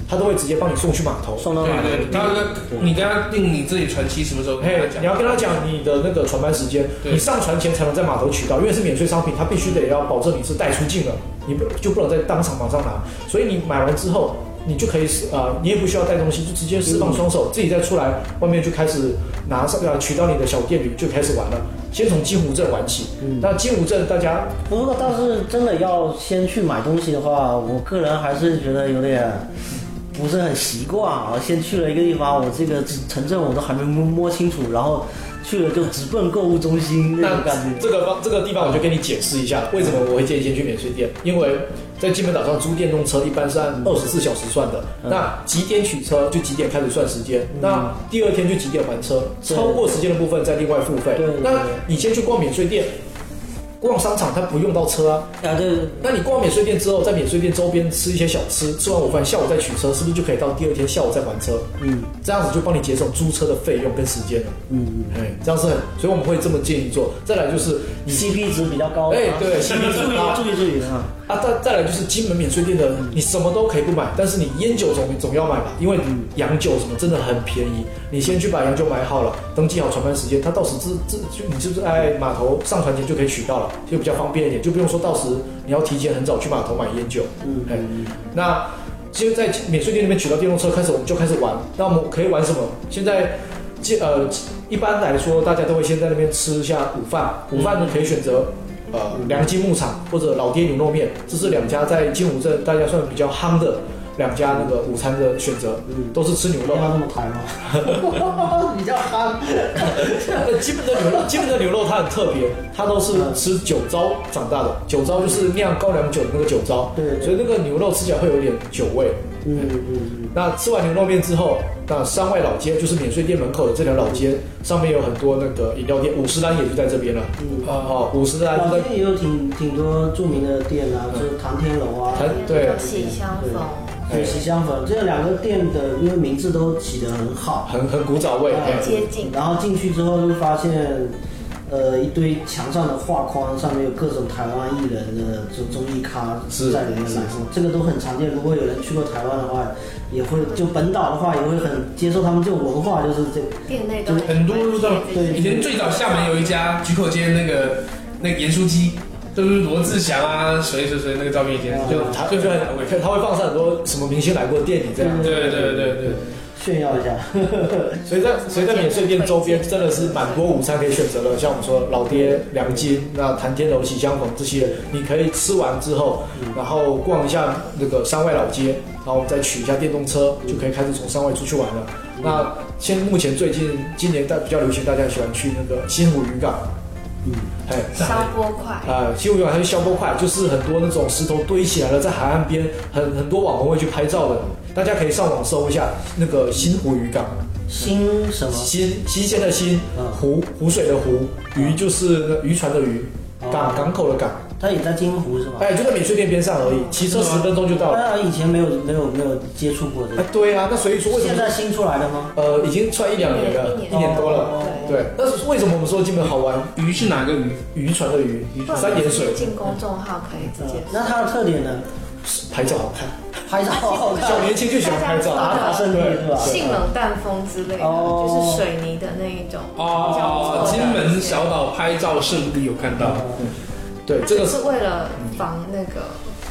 他都会直接帮你送去码头， 送到码头。 你跟他定你自己船期什么时候？ 你要跟他讲你的那个船班时间，你上船前才能在码头取到，因为是免税商品，他必须得要保证你是带出境了，你不能在当场马上拿。所以你买完之后，你就可以你也不需要带东西，就直接释放双手，自己再出来外面就开始取到你的小电驴就开始玩了。先从金湖镇玩起。那金湖镇大家不过倒是真的要先去买东西的话，我个人还是觉得有点不是很习惯啊。先去了一个地方，我这个城镇我都还没摸清楚，然后去了就直奔购物中心那种感觉。 这个地方我就跟你解释一下，为什么我会建议先去免税店，因为在金门岛上租电动车一般是按24小时算的，那几点取车就几点开始算时间，那第二天就几点还车，超过时间的部分再另外付费。那你先去逛免税店。逛商场它不用到车啊， 对。 那你逛免税店之后，在免税店周边吃一些小吃，吃完午饭下午再取车，是不是就可以到第二天下午再还车？这样子就帮你节省租车的费用跟时间了。这样是所以我们会这么建议做。再来就是你 CP 值比较高。 对 ，CP 值高。 注意再来就是金门免税店的，你什么都可以不买，但是你烟酒总要买吧，因为洋酒什么真的很便宜。你先去把洋酒买好了，登记好船班时间，它到时你是不是在码头上船前就可以取到了，就比较方便一点，就不用说到时你要提前很早去码头买烟酒。那就在免税店那边取到电动车，我们就开始玩。那我们可以玩什么？现在一般来说，大家都会先在那边吃一下午饭。午饭呢可以选择良金牧场或者老爹牛肉面，这是两家在金湖镇大家算比较夯的两家那个午餐的选择，都是吃牛肉。 要那么抬吗？比较夯。 基本的牛肉它很特别，它都是吃酒糟长大的，酒糟就是酿高粱酒的那个酒糟，所以那个牛肉吃起来会有点酒味。那吃完牛肉面之后，那山外老街就是免税店门口的这条老街，上面有很多那个饮料店，五十岚也就在这边了。五十岚老街也有挺多著名的店啊，就是唐天楼啊， 对， 喜香粉。 对，喜香粉这两个店的，因为名字都起得很好， 很古早味， 很接近。 然后进去之后就发现，一堆墙上的画框上面有各种台湾艺人的综艺咖在里面来，这个都很常见。如果有人去过台湾的话，也会就本岛的话也会很接受他们这种文化，就是这店内都很多都到。以前最早厦门有一家菊口街那个盐酥鸡。就是罗志祥啊，谁那个照片以前他会放上很多什么明星来过的店里这样。 对， 炫耀一下。 所以在免税店周边真的是蛮多午餐可以选择的，像我们说老爹、良金、那谭天楼、喜香粉这些，你可以吃完之后，然后逛一下那个山外老街，然后再取一下电动车，就可以开始从山外出去玩了。那目前今年比较流行，大家喜欢去那个新湖渔港。 消波块新湖渔港它是消波块，就是很多那种石头堆起来了，在海岸边很多网红会去拍照的，大家可以上网搜一下那个新湖渔港。 新什么？ 新鲜的新，湖水的湖，渔就是那渔船的渔，港口的港。 它也在金湖是吗？ 就在免税店边上而已，骑车10分钟就到了。 以前没有接触过这个。 对啊，那所以说为什么现在新出来的吗？ 已经出来1-2年了，1年多了。对，那为什么我们说金门好玩？ 鱼是哪个鱼？ 渔船的渔，3点水。 进公众号可以直接。 那它的特点呢？ 拍照好看， 拍照好看， 小年轻就喜欢拍照， 打卡圣地是吧？ 性冷淡风之类的，就是水泥的那一种。 金门小岛拍照圣地有看到。 对，这个是为了防那个，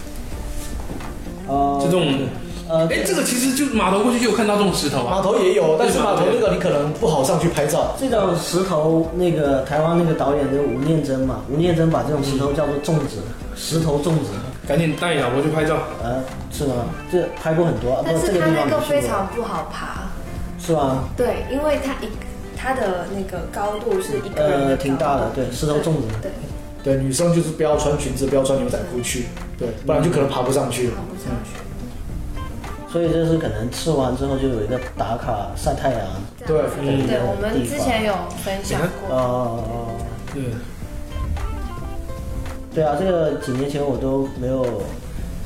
这种，这个其实就码头过去就有看到这种石头啊。 码头也有，但是码头那个你可能不好上去拍照。 这种石头，那个台湾那个导演那个吴念真嘛，吴念真把这种石头叫做粽子，石头粽子。 赶紧带你老婆去拍照。 是吗？这拍过很多， 但是它那个非常不好爬。 是吗？ 对，因为它的那个高度是一个人的挺大的，对，石头粽子。 对，女生就是不要穿裙子，不要穿牛仔裤去，对，不然就可能爬不上去。 所以这是可能吃完之后就有一个打卡晒太阳。 对， 对，我们之前有分享过。 对啊，这个几年前我都没有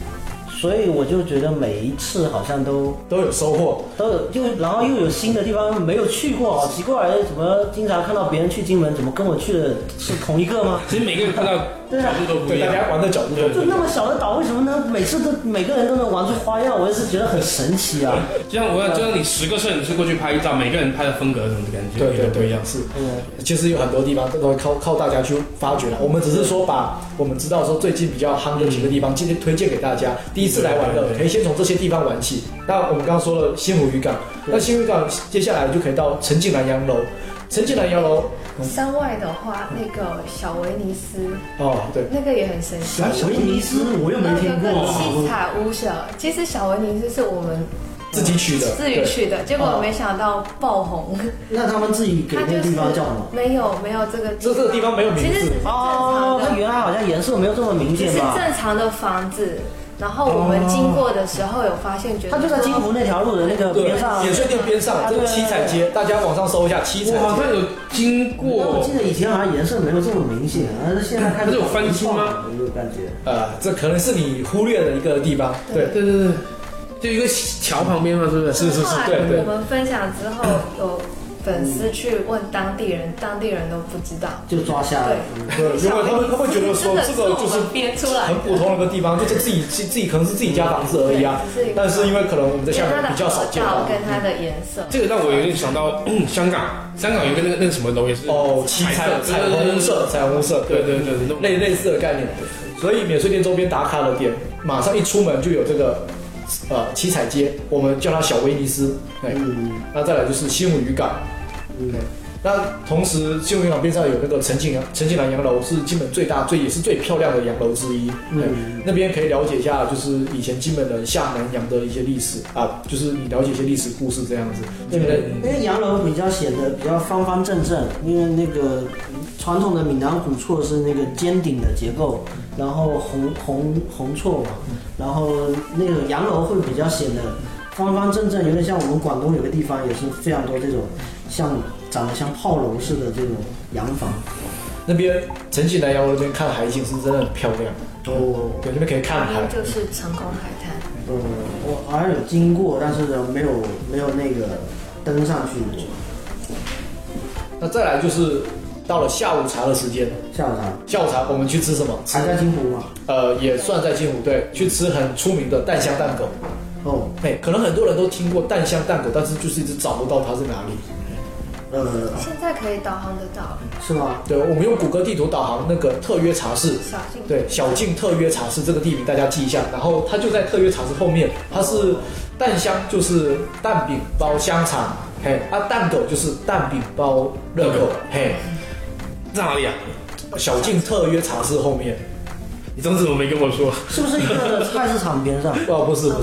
所以我就觉得每一次好像都有收获， 然后又有新的地方没有去过，好奇怪，怎么经常看到别人去金门，怎么跟我去的是同一个吗？ 其实每个人看到角度都不一样， 大家玩的角度都不一样。 就那么小的岛，为什么呢？每个人都能玩出花样，我也是觉得很神奇啊。 就像你10个摄影师过去拍一照，每个人拍的风格什么的感觉对不一样。 是，其实有很多地方都靠大家去发掘了。我们只是说把我们知道说最近比较夯的几个地方，今天推荐给大家。第一次来玩的，可以先从这些地方玩起。那我们刚刚说了新湖渔港，那新湖渔港接下来就可以到陈近南洋楼。陈近南洋楼山外的话，那个小威尼斯对， 那个也很神奇。 小威尼斯我又没听过。 七彩屋舍，其实小威尼斯是我们自己取的， 结果没想到爆红。 那他们自己给那个地方叫什么？ 没有这个地方没有名字。 其实它原来好像颜色没有这么明显吧？ 是正常的房子。然后我们经过的时候有发现，觉得它就在金湖那条路的那个边上， 免税店边上，这个七彩街，大家网上搜一下七彩街。 我好像有经过， 我记得以前好像颜色没有这么明显，但是现在开始有翻新吗？ 有感觉。 这可能是你忽略的一个地方。对， 就一个桥旁边嘛，是不是？ 是，对。 我们分享之后有粉丝去问当地人，当地人都不知道， 就抓瞎了。 对，因为他会觉得说这个就是编出来很普通的一个地方，就是自己可能是自己家房子而已啊。但是因为可能我们在厦门比较少见到， 跟它的颜色， 这个让我有点想到香港有一个那个什么楼也是七彩虹色，对，类似的概念。所以免税店周边打卡的点，马上一出门就有这个。七彩街，我们叫它小威尼斯。那再来就是新湖渔港。那同时新湖渔港边上有那个陈近南洋楼，是金门最大也是最漂亮的洋楼之一。那边可以了解一下，就是以前金门人下南洋的一些历史啊，就是你了解一些历史故事这样子。 对，因为洋楼比较显得比较方方正正，因为那个传统的闽南古厝是那个尖顶的结构，然后红厝嘛，然后那个洋楼会比较显得方方正正，有点像我们广东有个地方也是非常多这种长得像炮楼似的这种洋房。 那边陈近南洋楼那边看海景是真的很漂亮。对，那边可以看海。 就是成功海滩。 我好像有经过，但是没有那个登上去过。 那再来就是到了下午茶的时间。下午茶我们去吃什么？ 还在金湖吗？ 也算在金湖，对，去吃很出名的蛋香蛋狗。可能很多人都听过蛋香蛋狗，但是就是一直找不到它在哪里。 现在可以导航得到， 是吗？ 对，我们用谷歌地图导航那个特约茶室，小径特约茶室这个地名大家记一下。然后它就在特约茶室后面，它是蛋香就是蛋饼包香肠，蛋狗就是蛋饼包热狗， 在哪里啊？ 小径特约茶室后面。 你上次怎么没跟我说？ 是不是一个菜市场边上？ 不是。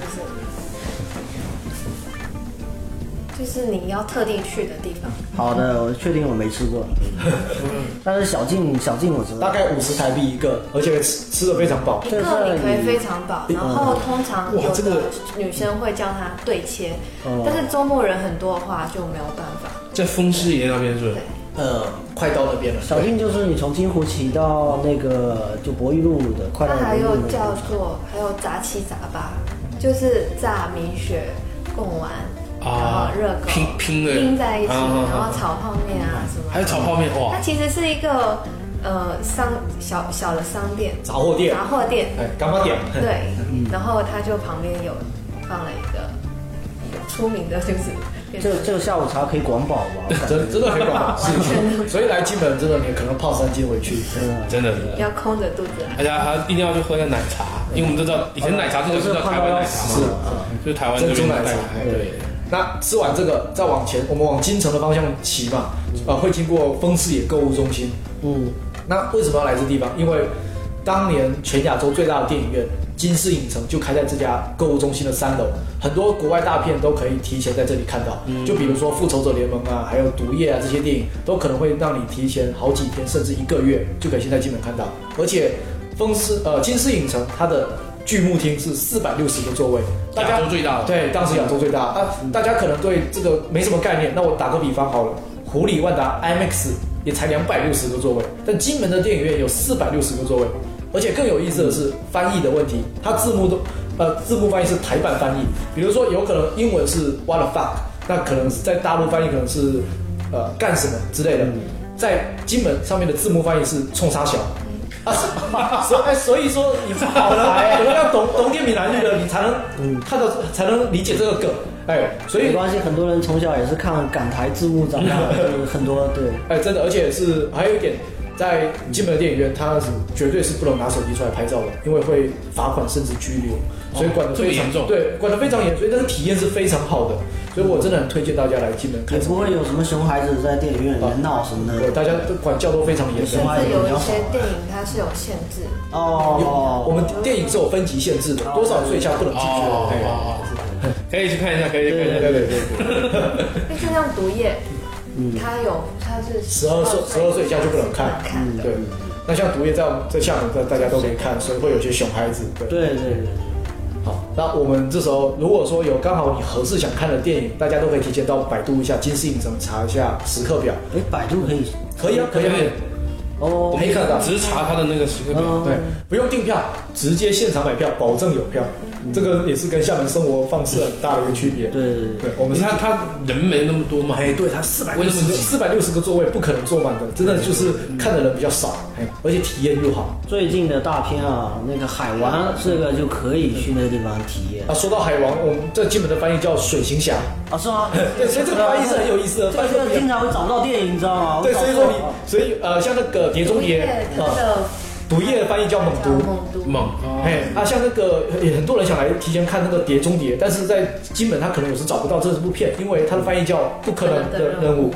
就是你要特地去的地方。 好的，我确定我没吃过。但是小径我知道， 大概50台币一个，而且吃得非常饱。 一个你可以非常饱，然后通常有的女生会叫它对切，但是周末人很多的话就没有办法。 在风师爷那边是不是？ 快到那边了。 小径就是你从金湖骑到那个就博弈路的快到。 它还有杂七杂八，就是炸米血、贡丸。然后热狗拼在一起，然后炒泡面啊什么， 还有炒泡面哇！ 它其实是一个小的商店， 杂货店，干妈店。 对，然后它就旁边有放了一个出名的，就是这个下午茶可以管饱吗？ 真的可以管饱，是。所以来金门真的你可能泡3斤回去， 真的要空着肚子。 而且还一定要去喝一下奶茶，因为我们都知道以前奶茶这个是叫台湾奶茶嘛，就是台湾珍珠奶茶，对。 那吃完这个，再往前，我们往金城的方向骑嘛，会经过丰视野购物中心。那为什么要来这地方？因为当年全亚洲最大的电影院金狮影城就开在这家购物中心的3楼，很多国外大片都可以提前在这里看到。就比如说《复仇者联盟》啊，还有《毒液》啊，这些电影都可能会让你提前好几天，甚至1个月就可以先在金门看到。而且金狮影城它的巨幕厅是460个座位， 亚洲最大的。 对，当时亚洲最大。大家可能对这个没什么概念，那我打个比方好了，湖里万达 IMAX 也才260个座位，但金门的电影院有460个座位。而且更有意思的是翻译的问题，它字幕字幕翻译是台版翻译，比如说有可能英文是 what the fuck， 那可能在大陆翻译可能是干什么之类的，在金门上面的字幕翻译是冲沙小。所以说你好了，可能要懂点闽南语的，你才能看到，才能理解这个梗。所以没关系，很多人从小也是看港台字幕长大的，很多对。 真的，而且是还有一点，在金门的电影院，它是绝对是不能拿手机出来拍照的，因为会罚款甚至拘留，所以管得非常严重。 对，管得非常严，所以那个体验是非常好的。所以我真的很推荐大家来金门看。 也不会有什么熊孩子在电影院里面闹什么的。 对，大家管教都非常严。 甚至有一些电影它是有限制我们电影是有分级限制的，多少岁以下不能进去。 可以去看一下，可以去看一下。对。 就像《毒液》，它是 12岁以下就不能看。对。那像《毒液》在厦门，大家都可以看，所以会有些熊孩子。 对。 好，那我们这时候如果说有刚好你合适想看的电影，大家都可以提前到百度一下金氏影城查一下时刻表。 百度可以啊。可以看到， 只是查他的那个时刻表， 对，不用订票，直接现场买票，保证有票。这个也是跟厦门生活方式很大的一个区别。 对， 我们他人没那么多嘛， 对，他460个座位不可能坐满的，真的就是看的人比较少，而且体验又好。 最近的大片啊，那个海王这个就可以去那个地方体验啊。说到海王，我们这基本的翻译叫水行侠啊，是吗？ 对，所以这个翻译是很有意思的。 这个经常会找不到电影，你知道吗？ 对，所以像那个碟中谍毒液的翻译叫猛毒，像那个很多人想来提前看那个碟中谍，但是在金门他可能有时找不到这部片，因为它的翻译叫不可能的任务。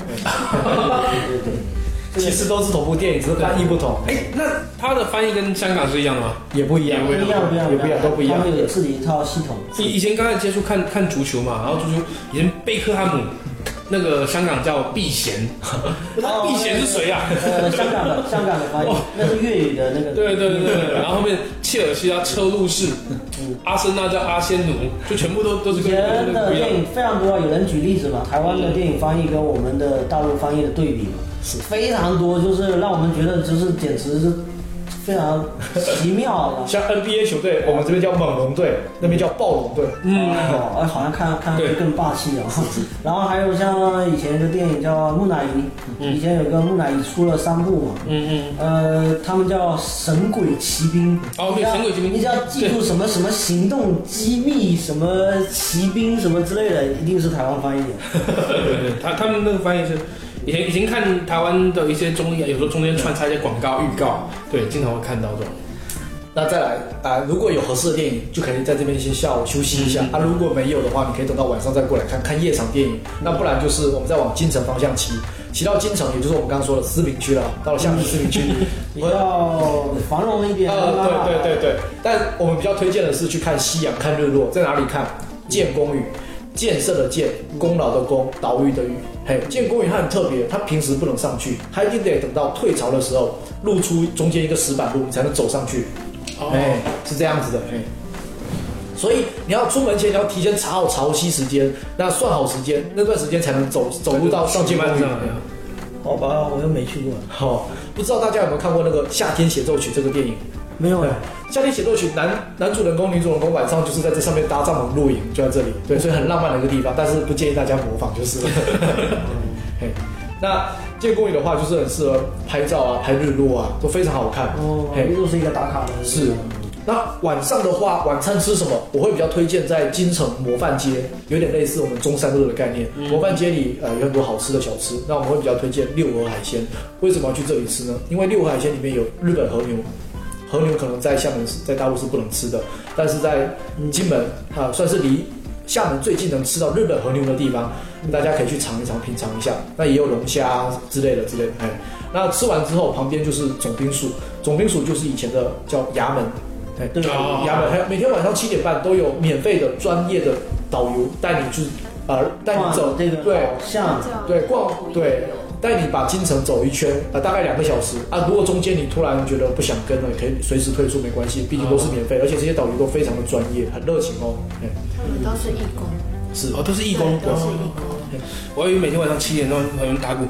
其实都是同部电影，只是翻译不同。 那它的翻译跟香港是一样的吗？ 也不一样， 不一样， 都不一样。 他们有自己一套系统。 以前刚才接触看足球嘛，然后足球以前贝克汉姆。那个香港叫避嫌，避嫌是谁啊？ 香港的翻译，那是粤语的那个。 对，然后后面切尔西叫车路士，阿森纳叫阿仙奴，就全部都是跟以前的电影非常多，有人举例子嘛，台湾的电影翻译跟我们的大陆翻译的对比嘛，是非常多，就是让我们觉得就是简直是。非常奇妙的， 像 NBA 球队，我们这边叫猛龙队，那边叫暴龙队。 好像看上去更霸气啊。然后还有像以前一个电影叫《木乃伊》，以前有个木乃伊出了3部嘛。他们叫《神鬼奇兵》。 对，神鬼奇兵， 你只要记住什么行动机密，什么骑兵什么之类的，一定是台湾翻译的。 对，他们那个翻译是。以前看台湾的一些综艺，有时候中间穿插一些广告预告，对，经常会看到这种。 那再来如果有合适的电影，就可以在这边先下午休息一下。如果没有的话，你可以等到晚上再过来看夜场电影。那不然就是我们再往金城方向骑到金城，也就是我们刚刚说的思明区了。到了厦门思明区， 比较繁荣一点。 对。但我们比较推荐的是去看夕阳、看日落，在哪里看？建功屿。建设的建，功劳的功，岛屿的屿。建功屿它很特别，它平时不能上去，它一定得等到退潮的时候，露出中间一个石板路，你才能走上去。是这样子的。所以你要出门前，你要提前查好潮汐时间，那算好时间，那段时间才能走路到上建功屿。 好吧，我又没去过。 不知道大家有没有看过那个《夏天协奏曲》这个电影？ 没有。 夏天协奏曲，男主人公、女主人公晚上就是在这上面搭帐篷露营，就在这里。对，所以很浪漫的一个地方，但是不建议大家模仿，就是了。那建功屿的话，就是很适合拍照啊、拍日落啊，都非常好看。 日落是一个打卡的。 是。那晚上的话，晚餐吃什么？我会比较推荐在金城模范街，有点类似我们中山路的概念。模范街里有很多好吃的小吃，那我们会比较推荐六合海鲜。为什么要去这里吃呢？因为六合海鲜里面有日本和牛。和牛可能在厦门在大陆是不能吃的，但是在金门算是离厦门最近能吃到日本和牛的地方，大家可以去尝一尝、品尝一下。那也有龙虾之类的。那吃完之后，旁边就是总兵署，总兵署就是以前的叫衙门。衙门每天晚上7点半都有免费的专业的导游带你去带你走这个逛带你把金城走一圈，大概2个小时啊。如果中间你突然觉得不想跟了，可以随时退出，没关系，毕竟都是免费，而且这些导游都非常的专业，很热情哦。 他们都是义工。 是都是义工， 都是义工。 我以为每天晚上7点钟有人打鼓，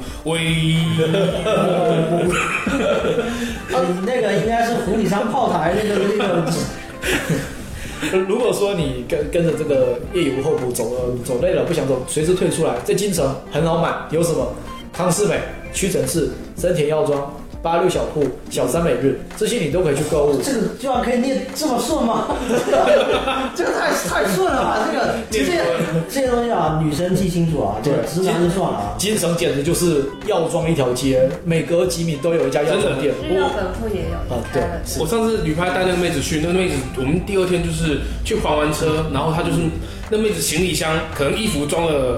那个应该是湖里山炮台那个。 如果说你跟着这个夜游候补走累了不想走，随时退出来，在京城很好买，有什么康是美、屈臣氏、森田药妆、86小铺、小三美日，这些你都可以去购物。 这个居然可以念这么顺吗？这个太顺了吧！这些东西啊，女生记清楚啊，对，直男就算了啊。 京城简直就是药妆一条街，每隔几米都有一家药妆店。 日本铺也有对， 我上次旅拍带那个妹子去，那个妹子我们第二天就是去还完车，然后她就是那妹子行李箱可能衣服装了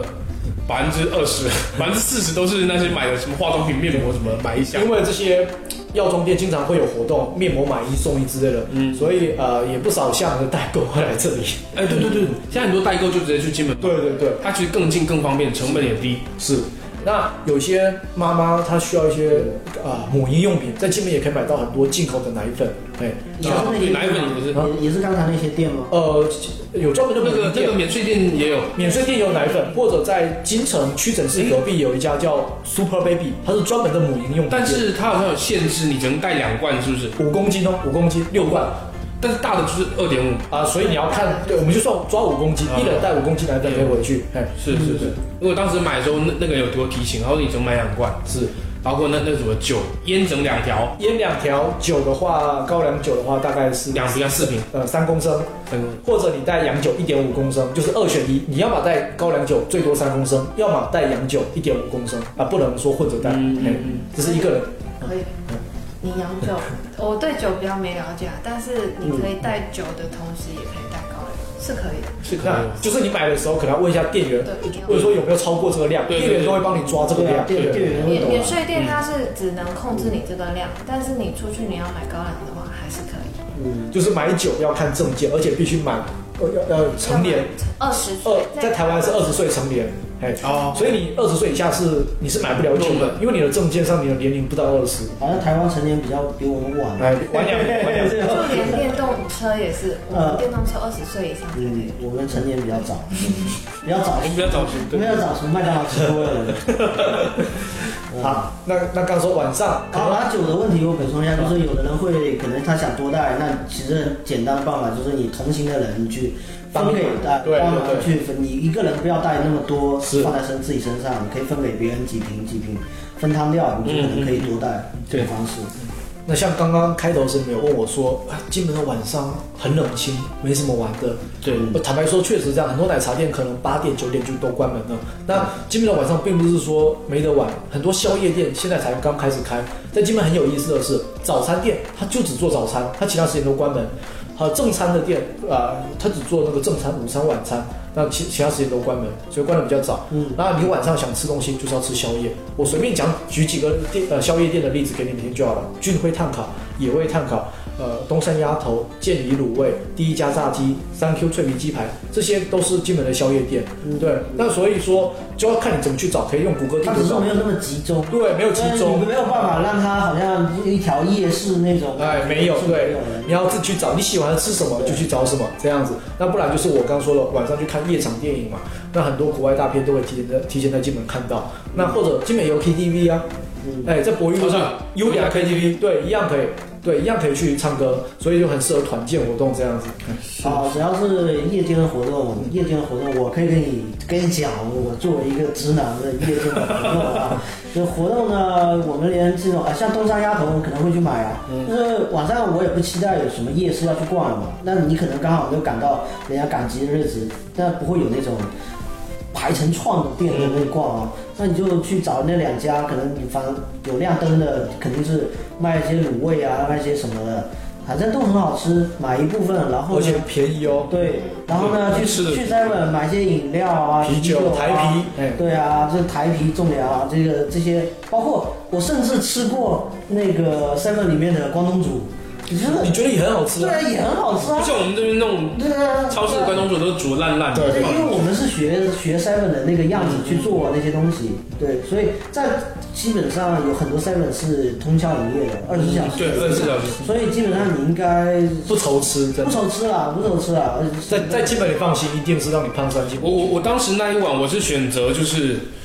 20%，40%都是那些买的什么化妆品、面膜什么买一箱。 因为这些药妆店经常会有活动，面膜买1送1之类的，所以也不少像的代购会来这里。 哎，对，现在很多代购就直接去金门。 对， 它其实更近、更方便，成本也低。 是。那有些妈妈她需要一些母婴用品，在金门也可以买到很多进口的奶粉， 奶粉也是刚才那些店吗？ 有专门的那个免税店也有， 免税店有奶粉，或者在金城屈臣氏隔壁有一家叫 Super Baby， 它是专门的母婴用品， 但是它好像有限制，你只能带2罐，是不是 ？5公斤哦，5公斤6罐。 但是大的就是2.5 所以你要看，对，我们就算抓5公斤，一人带5公斤奶粉可以回去。 是。因为当时买的时候，那个有给我提醒，然后你只能买2罐， 是。 包括那什么酒，烟整2条， 烟2条，酒的话，高粱酒的话大概是 2瓶4瓶 ，3公升，或者你带洋酒1.5公升，就是2选1，你要么带高粱酒最多3公升，要么带洋酒1.5公升不能说混着带，这是一个人。 可以。你洋酒，我对酒比较没了解，但是你可以带酒的同时也可以带高粱，是可以的。 是可以，就是你买的时候可能要问一下店员，或者说有没有超过这个量，店员都会帮你抓这个量。 免税店它是只能控制你这个量，但是你出去你要买高粱的话还是可以。 就是买酒要看证件，而且必须满要成年 20岁， 在台湾是20岁成年。所以你20岁以下你是买不了酒的，因为你的证件上你的年龄不到20。 好像台湾成年比我们晚晚2年。 就连电动车也是，我们电动车20岁以上才可以。 我们成年比较早，比较早从麦当劳吃多了。 好，那刚说晚上， 拿酒的问题我补充一下，就是有的人会可能他想多带，那其实很简单的办法就是你同行的人去分给帮忙去分，你一个人不要带那么多放在自己身上，你可以分给别人几瓶分摊掉，你就可能可以多带这个方式。 那像刚刚开头时你有问我说，金门的晚上很冷清，没什么玩的。 对， 坦白说确实这样，很多奶茶店可能8点9点就都关门了。那金门的晚上并不是说没得玩，很多宵夜店现在才刚开始开。在金门很有意思的是，早餐店它就只做早餐，它其他时间都关门。正餐的店它只做那个正餐、午餐、晚餐，那其他时间都关门，所以关得比较早。那你晚上想吃东西就是要吃宵夜。我随便举几个宵夜店的例子给你们听就好了。俊辉炭烤、野味炭烤、东山鸭头、建里卤味、第一家炸鸡、3Q 脆皮鸡排，这些都是金门的宵夜店。对，那所以说就要看你怎么去找，可以用谷歌地图找。 它只是没有那么集中。 对，没有集中， 你没有办法让它好像一条夜市那种。 没有，对，你要自己去找你喜欢吃什么就去找什么这样子。那不然就是我刚说了，晚上去看夜场电影嘛。那很多国外大片都会提前在金门看到。那或者金门有 KTV 啊，在博裕路上优雅 KTV， 对，一样可以。对，一样可以去唱歌，所以就很适合团建活动这样子。 只要是夜间活动，我可以跟你讲，我作为一个直男的夜间的活动啊，这活动呢，我们连这种像东山鸭头我们可能会去买啊，就是晚上我也不期待有什么夜市要去逛了嘛，那你可能刚好没有赶到人家赶集的日子，但不会有那种排成串的店在那里逛啊，那你就去找那2家，可能你反正有亮灯的，肯定是卖一些卤味啊，卖一些什么的，反正都很好吃，买一部分，然后而且便宜哦。 对，然后呢去 7-Eleven 买些饮料啊， 啤酒、台啤， 对啊，这台啤、仲凉啊，这些，包括我甚至吃过那个 7 里面的关东煮。 你觉得也很好吃？ 对啊，也很好吃啊。 不像我们这边那种超市的关东煮都是煮烂烂的。 对，因为我们是学 7 的那个样子去做那些东西，对，所以在基本上有很多 7 是通宵营业的，24小时。 对，24小时。 所以基本上你应该不愁吃， 不愁吃啦。 在基本你放心，一定是让你胖3斤。 我当时那一晚我是选择就是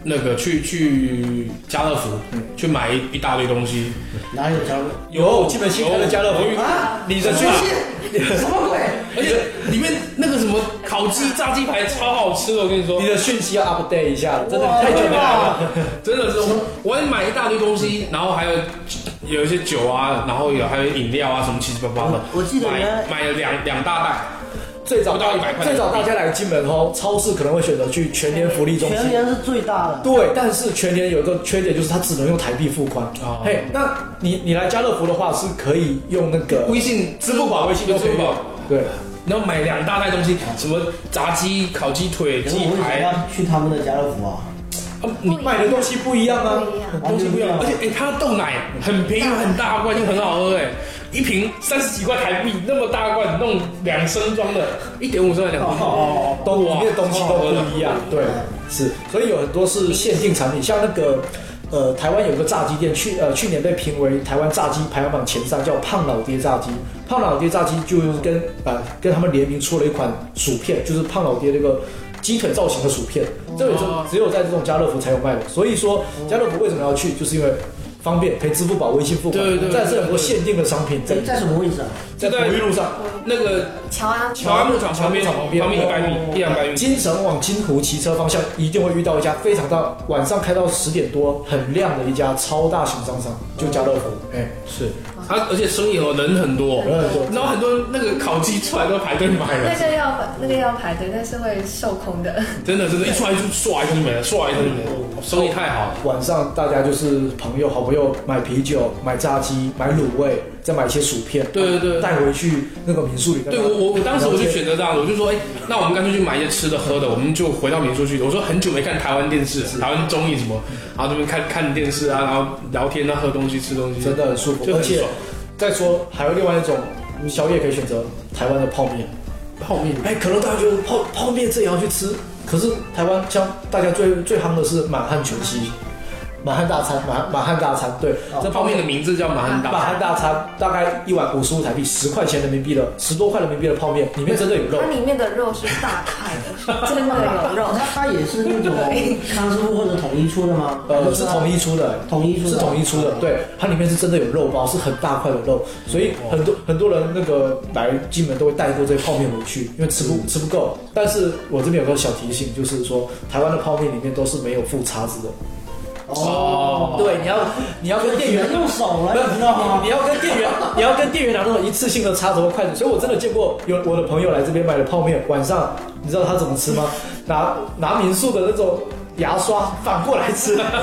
那个去家乐福去买一大堆东西。 哪有家乐？ 有金门新开的家乐福啊！ 你的去什么鬼？ 而且里面那个什么烤鸡、炸鸡排超好吃的，我跟你说。 你的讯息要 update 一下，真的太久没来了， 真的是我也买一大堆东西，然后还有一些酒啊，然后还有饮料啊，什么七七八八的。 我记得买了两大袋。 最早不到100块， 最早大家来金门后，超市可能会选择去全联福利中心。 全联是最大的。 对，但是全联有一个缺点，就是它只能用台币付款。嘿，那你来家乐福的话，是可以用那个微信、支付宝、微信都可以用。 对， 然后买2大袋东西，什么炸鸡、烤鸡腿、鸡排。 要去他们的家乐福啊？ 你买的东西不一样啊， 东西不一样。而且它的豆奶很便宜，很大罐又很好喝一瓶30几块台币，那么大罐，那种2升装的，1.5升还2升， 都里面的东西都不一样。对，是，所以有很多是限定产品，像那个台湾有个炸鸡店，去年被评为台湾炸鸡排行榜前3，叫胖老爹炸鸡。胖老爹炸鸡就是跟他们联名出了一款薯片，就是胖老爹那个鸡腿造型的薯片，这个只有在这种家乐福才有卖的。所以说家乐福为什么要去，就是因为方便，可以支付宝、微信付款。对，但是很多限定的商品在什么位置啊？ 在福裕路上， 那个侨安牧场旁边100米，100-200米。 金城往金湖骑车方向，一定会遇到一家非常大，晚上开到10点多，很亮的一家超大型商场，就家乐福。 是。而且生意人很多，然后很多那个烤鸡出来都排队买了。 那个要排队，但是会售空的。 真的，一出来就唰一下就没了，唰一下就没了，生意太好了。 晚上大家就是好朋友买啤酒、买炸鸡、买卤味，再买一些薯片， 对， 带回去那个民宿里。 对，我当时我就选择这样子，我就说，那我们干脆去买一些吃的喝的，我们就回到民宿去。我说很久没看台湾电视、台湾综艺什么，然后这边看电视啊，然后聊天啊，喝东西、吃东西， 真的很舒服， 就很爽。 再说还有另外一种宵夜可以选择，台湾的泡面。可能大家觉得泡面这也要去吃，可是台湾像大家最夯的是满汉全席。满汉大餐，对， 这泡面的名字叫满汉大餐，大概一碗55台币，10块钱人民币的，10多块人民币的泡面，里面真的有肉。 它里面的肉是大块的，真的有肉。 它也是那种康师傅或者统一出的吗？ 是统一出的，是统一出的。对，它里面是真的有肉包，是很大块的肉，所以很多人那个来金门都会带过这些泡面回去，因为吃不够。但是我这边有个小提醒，就是说台湾的泡面里面都是没有附叉子的。对，你要跟店员用手了，你知道吗？ 你要跟店员拿那种一次性的叉子或筷子，所以我真的见过有我的朋友来这边买的泡面，晚上你知道他怎么吃吗？拿民宿的那种牙刷反过来吃，拿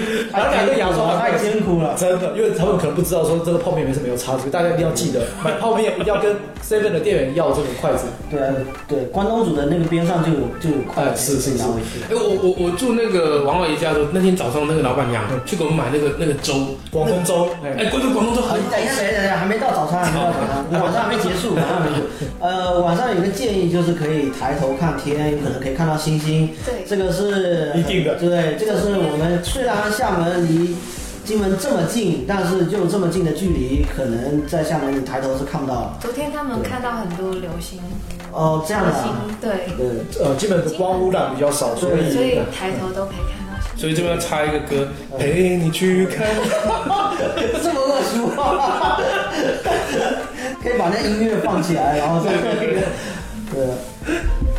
2个牙刷太艰苦了， 真的，因为他们可能不知道说这个泡面里面是没有叉子，大家一定要记得买泡面一定要跟 7 的店员要这个筷子。 对，关东煮的那个边上就有筷子， 是拿回去。 我住那个王老爷家的时候，那天早上那个老板娘去给我们买那个粥， 广东粥。 广东粥很。 等一下，还没到早餐，晚上还没结束，晚上有个建议就是可以抬头看天，有可能可以看到星星。 对， 这个是一定的。 对，这个是我们虽然厦门离金门这么近，但是就这么近的距离，可能在厦门你抬头是看不到。 昨天他们看到很多流星。 这样的。 对。 基本的光污染比较少，所以抬头都可以看到星星。 所以这边要插一个歌，陪你去看。 这么恶俗啊！可以把那音乐放起来，然后再对。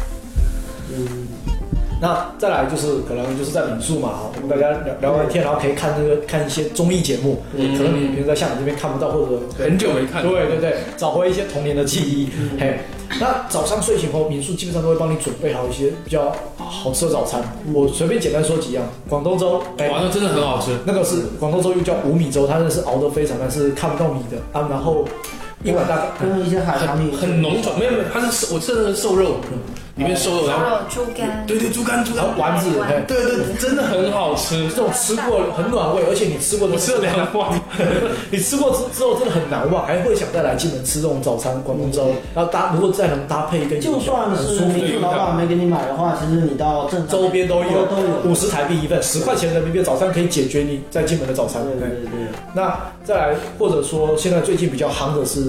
那再来就是可能就是在民宿嘛，我们大家聊完天，然后可以看一些综艺节目，可能你平时在厦门这边看不到，或者很久没看。 对，找回一些童年的记忆。那早上睡醒后，民宿基本上都会帮你准备好一些比较好吃的早餐。我随便简单说几样，广东粥， 那真的很好吃。 那个是广东粥，又叫无米粥，它那是熬得非常，但是看不到米的啊。然后一碗大概跟一些海产品很浓稠，没有，它是我吃的那个瘦肉。里面瘦肉，然后猪肝， 对，猪肝丸子， 对，真的很好吃。 这种吃过很暖胃，而且你吃过， 我吃了2碗， 你吃过之后真的很难忘，还会想再来金门吃这种早餐广东粥。然后如果再能搭配一根， 就算是民宿老板没给你买的话，其实你到周边都有50台币一份，10块钱人民币的早餐可以解决你在金门的早餐。 对。 那再来，或者说现在最近比较夯的是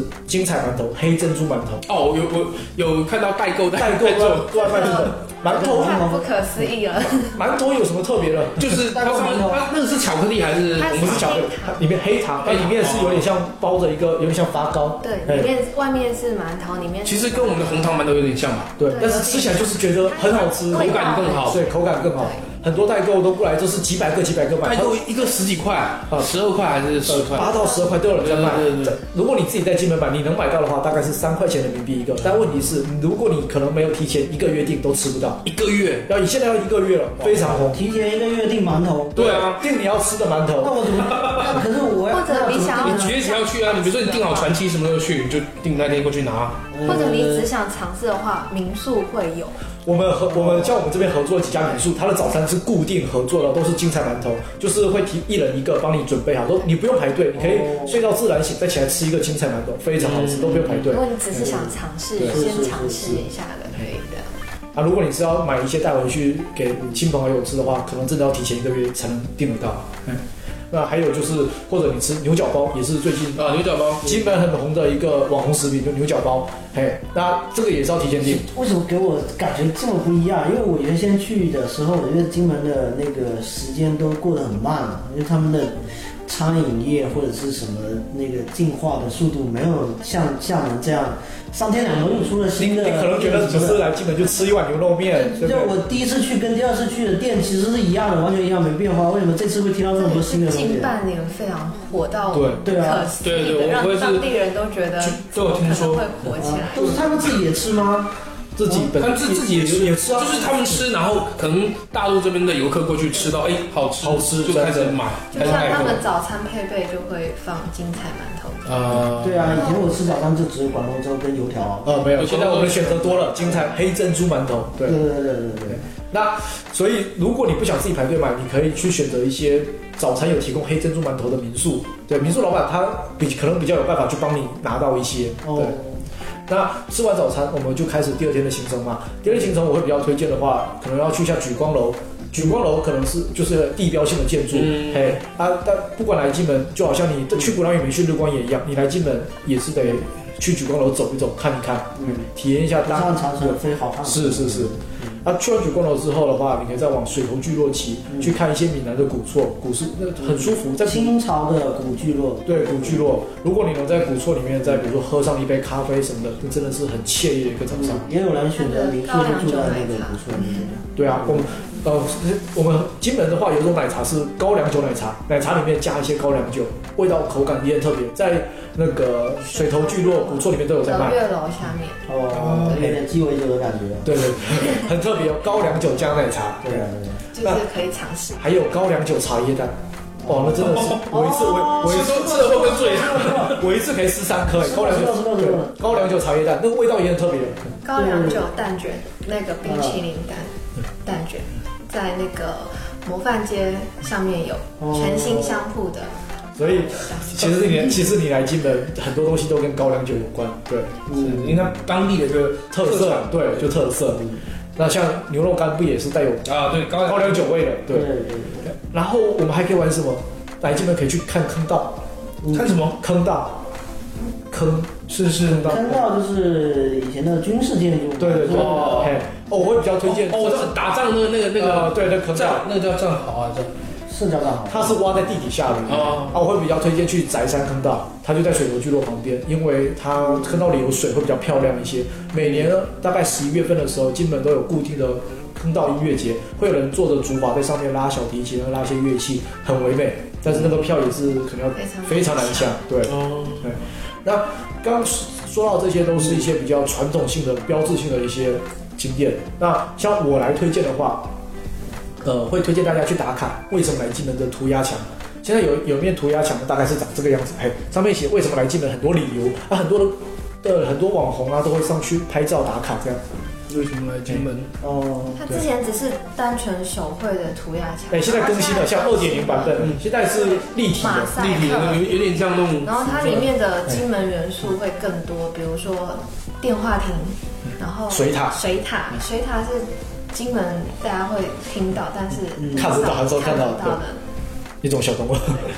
金彩馒头、黑珍珠馒头。 哦，有看到代购都在卖这个馒头， 太不可思议了。 馒头有什么特别的？ 就是它那个是巧克力还是？ 不是巧克力，它里面黑糖，里面是有点像包着一个，有点像发糕。 对，里面外面是馒头，里面其实跟我们的红糖馒头有点像吧？ 对，但是吃起来就是觉得很好吃， 口感更好。 对，口感更好。很多代购都过来，就是几百个买。 代购一个10几块，12块还是10块 ？8到12块都有人在卖。 对。 如果你自己在金门买，你能买到的话，大概是3块钱人民币一个。但问题是，如果你可能没有提前1个月订，都吃不到。 1个月？ 现在要1个月了，非常红。 提前1个月订馒头？ 对啊， 订你要吃的馒头。 那我怎么？可是我要。 或者你想要， 你几月几号去啊？你比如说你订好船期什么时候去，你就订那天过去拿。 或者你只想尝试的话，民宿会有。 我们像我们这边合作的几家民宿，它的早餐是固定合作的，都是金彩馒头，就是会提1人1个，帮你准备好，你不用排队，你可以睡到自然醒，再起来吃一个金彩馒头，非常好吃，都不用排队。 如果你只是想尝试，先尝试一下的，可以的。 如果你是要买一些带回去给亲朋好友吃的话，可能真的要提前1个月才能订得到。那还有就是，或者你吃牛角包，也是最近牛角包金门很红的一个网红食品，就牛角包。那这个也是要提前订。 为什么给我感觉这么不一样？因为我原先去的时候，我觉得金门的那个时间都过得很慢了，因为他们的餐饮业或者是什么那个进化的速度没有像厦门这样3天2头就出了新的。 你可能觉得只是来金门就吃一碗牛肉面，对不对？ 就我第一次去跟第2次去的店其实是一样的，完全一样没变化。为什么这次会听到这么多新的东西？ 近半年非常火到对啊， 对， 让当地人都觉得都有听说会火起来。 都是他们自己也吃吗？ 自己也吃啊，就是他们吃，然后可能大陆这边的游客过去吃到，好吃就开始买， 就像他们早餐配备就会放金彩馒头。 对啊，以前我吃早餐就只有广东粥跟油条。 没有，现在我们选择多了，金彩黑珍珠馒头。对。那所以如果你不想自己排队买，你可以去选择一些早餐有提供黑珍珠馒头的民宿。对，民宿老板他可能比较有办法去帮你拿到一些。对。那吃完早餐，我们就开始第2天的行程嘛。第2天行程我会比较推荐的话，可能要去一下举光楼。举光楼可能就是地标性的建筑，但不管来金门，就好像你去鼓浪屿、美训、日光也一样，你来金门也是得去举光楼走一走、看一看，体验一下上长城非常好看。 是。去完举光楼之后的话，你可以再往水头聚落骑，去看一些闽南的古厝，很舒服。在清朝的古聚落， 对古聚落，如果你能在古厝里面，再比如说喝上一杯咖啡什么的，这真的是很惬意的一个早上。 也有人选择民宿住在那个古厝里面。 对啊，我们金门的话有一种奶茶是高粱酒奶茶，奶茶里面加一些高粱酒，味道口感也很特别，在那个水头聚落古厝里面都有在卖。 月楼下面。 有点鸡尾酒的感觉。 对，很特别，高粱酒加奶茶。 对啊， 就是可以尝试。 还有高粱酒茶叶蛋。那真的是我一次吃了会跟醉， 我一次可以吃3颗高粱酒茶叶蛋，那个味道也很特别。 高粱酒蛋卷，那个冰淇淋蛋卷，在那个模范街上面有全新香铺的。 所以其实你来金门，很多东西都跟高粱酒有关。对， 因为它当地的一个特色，对，就特色。那像牛肉干不也是带有对高粱酒味的？对。然后我们还可以玩什么？来金门可以去看坑道。 看什么？ 坑道。是坑道就是以前的军事建筑。 对。我会比较推荐。 打仗那个对，那坑道那个叫战壕啊， 是叫战壕。 它是挖在地底下的。我会比较推荐去宅山坑道，它就在水头聚落旁边，因为它坑道里有水，会比较漂亮一些。每年大概11月份的时候，金门都有固定的坑道音乐节，会有人坐着竹筏在上面拉小提琴，拉一些乐器，很唯美。但是那个票也是可能要非常难抢。对。那刚说到这些都是一些比较传统性的、标志性的一些景点。那像我来推荐的话，会推荐大家去打卡。为什么来金门的涂鸦墙？现在有一面涂鸦墙大概是长这个样子，上面写为什么来金门，很多理由啊，很多网红啊都会上去拍照打卡这样。 为什么来金门？ 它之前只是单纯手绘的涂鸦墙， 现在更新了，像2.0版本，现在是立体的， 有点像那种。 然后它里面的金门元素会更多，比如说电话亭，然后水塔是金门大家会听到，但是看不到，很少看到的一种小动物。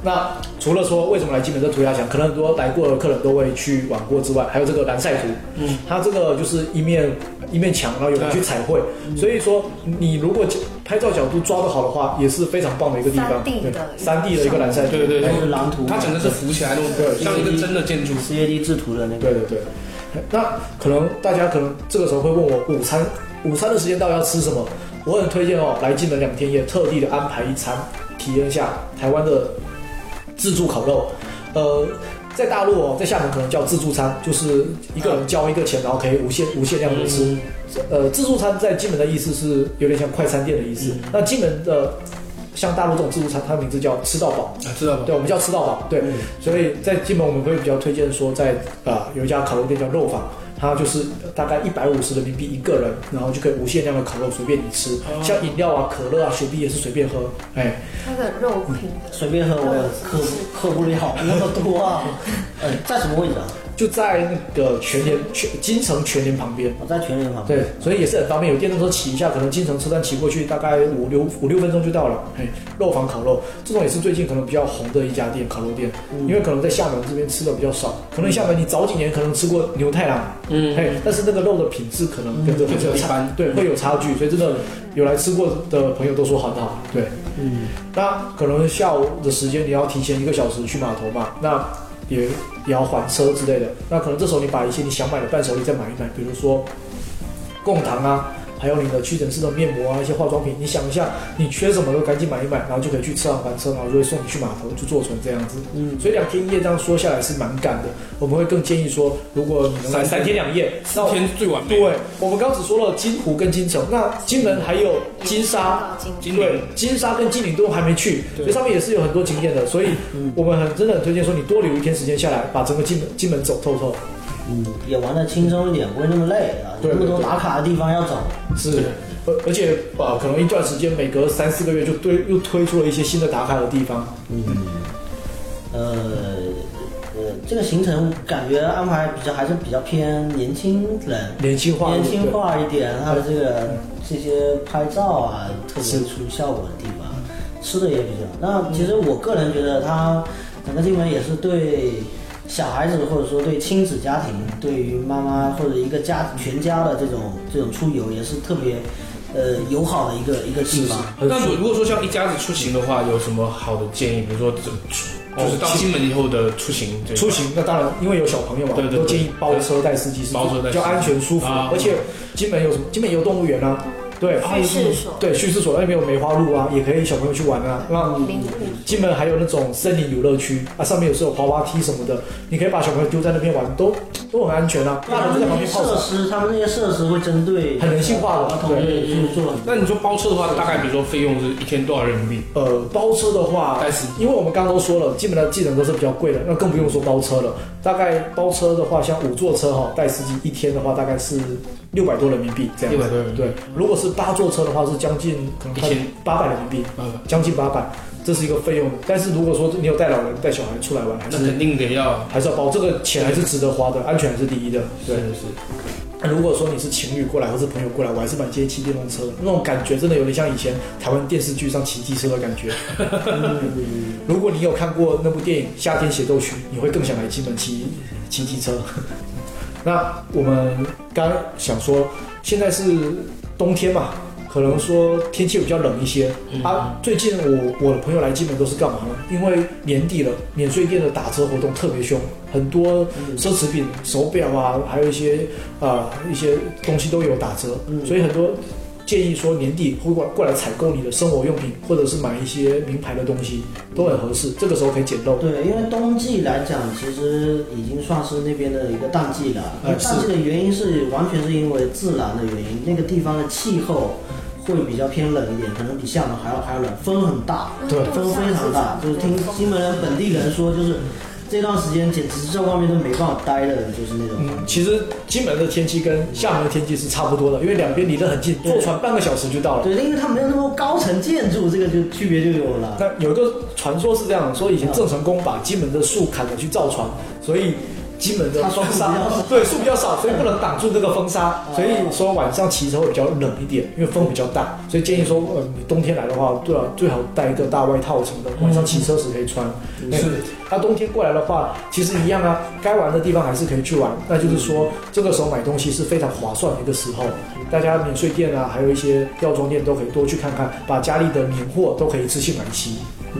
那除了说为什么来金门这涂鸦墙，可能很多来过的客人都会去玩过之外，还有这个蓝晒图，它这个就是一面墙，然后有人去彩绘，所以说你如果拍照角度抓得好的话，也是非常棒的一个地方。3D 的一个蓝晒图， 对， 是蓝图， 它整个是浮起来那种，像一个真的建筑 ，CAD 制图的那个。 对。那可能大家这个时候会问我午餐的时间到底要吃什么？我很推荐来金门2天夜，特地的安排一餐，体验一下台湾的自助烤肉。在大陆在厦门可能叫自助餐，就是一个人交一个钱，然后可以无限量的吃。自助餐在金门的意思是有点像快餐店的意思。那金门的像大陆这种自助餐，它的名字叫吃到饱。 吃到饱。 对，我们叫吃到饱。对，所以在金门我们会比较推荐说在有一家烤肉店叫肉坊。它就是大概150人民币一个人，然后就可以无限量的烤肉随便你吃，像饮料啊、可乐啊、雪碧也是随便喝。 它的肉品随便喝，我也喝不了那么多啊。在什么位置啊？就在那个金城全联旁边。在全联旁边。对，所以也是很方便，有电动车骑一下，可能金城车站骑过去大概5、6分钟就到了。肉坊烤肉这种也是最近可能比较红的一家店，烤肉店，因为可能在厦门这边吃的比较少，可能厦门你早几年可能吃过牛太郎。但是那个肉的品质可能跟这个一般， 对，会有差距，所以真的有来吃过的朋友都说很好，对，那可能下午的时间你要提前1个小时去码头嘛，那也要还车之类的，那可能这时候你把一些你想买的伴手礼再买一买，比如说贡糖啊。还有你的屈臣氏的面膜啊，一些化妆品，你想一下，你缺什么都赶紧买一买，然后就可以去吃完还车，然后就会送你去码头去坐船这样子。所以2天1夜这样说下来是蛮赶的。我们会更建议说，如果你能来3天2夜 ，4天最完美。 对，我们刚只说了金湖跟金城，那金门还有金沙，对，金沙跟金陵都还没去，所以上面也是有很多景点的。所以我们真的很推荐说，你多留1天时间下来，把整个金门走透透。 也玩得轻松一点，不会那么累啊。那么多打卡的地方要走， 是，而且可能一段时间每隔3、4个月就又推出了一些新的打卡的地方。 这个行程感觉安排还是比较偏年轻人，年轻化一点。它的这些拍照啊，特别出效果的地方，吃的也比较。那其实我个人觉得，它整个金门也是对小孩子或者说对亲子家庭，对于妈妈或者一个全家的这种出游也是特别友好的一个地方。 那如果说像一家子出行的话，有什么好的建议？比如说就是到金门以后的出行， 那当然因为有小朋友嘛，都建议包车带司机，比较安全舒服。而且金门有什么？金门有动物园啊。对，叙事所那边有梅花鹿啊，也可以小朋友去玩啊。那金门还有那种森林游乐区啊，上面有滑滑梯什么的，你可以把小朋友丢在那边玩，都很安全啊。大人就在旁边泡澡。 他们那些设施会针对很人性化的， 对，去做。 那你说包车的话，大概比如说费用是1天多少人民币？ 包车的话，因为我们刚刚都说了，基本的计程都是比较贵的，那更不用说包车了。大概包车的话，像5座车带司机1天的话，大概是600多人民币这样子。600多人民币。对，如果是8座车的话，是将近可能1800人民币，将近800，这是一个费用。但是如果说你有带老人、带小孩出来玩， 那肯定还是要包，这个钱还是值得花的，安全还是第一的。对， 是。 如果说你是情侣过来或是朋友过来，我还是蛮建议骑电动车的，那种感觉真的有点像以前台湾电视剧上骑机车的感觉。如果你有看过那部电影《夏天协奏曲》，你会更想来金门骑机车。那我们刚想说，现在是冬天嘛，可能说天气比较冷一些最近我的朋友来金门都是干嘛呢？因为年底了，免税店的打折活动特别凶，很多奢侈品、手表啊，还有一些东西都有打折，所以很多建议说年底会过来采购你的生活用品，或者是买一些名牌的东西，都很合适。这个时候可以捡漏。 对，因为冬季来讲，其实已经算是那边的一个淡季了。淡季的原因是完全是因为自然的原因，那个地方的气候会比较偏冷一点，可能比厦门还要冷，风很大，对，风非常大。就是听金门人本地人说，就是这段时间简直在外面都没办法待的，就是那种。 其实金门的天气跟厦门的天气是差不多的，因为两边离得很近，坐船半个小时就到了。 对，因为它没有那么高层建筑，这个就区别就有了。 那有一个传说是这样说，以前郑成功把金门的树砍了去造船，所以金门的风沙，对，树比较少，所以不能挡住这个风沙，所以说晚上骑车会比较冷一点，因为风比较大，所以建议说，你冬天来的话，最好带一个大外套什么的，晚上骑车时可以穿。是，那冬天过来的话，其实一样啊，该玩的地方还是可以去玩，那就是说这个时候买东西是非常划算的一个时候，大家免税店啊，还有一些药妆店都可以多去看看，把家里的年货都可以一次性买齐。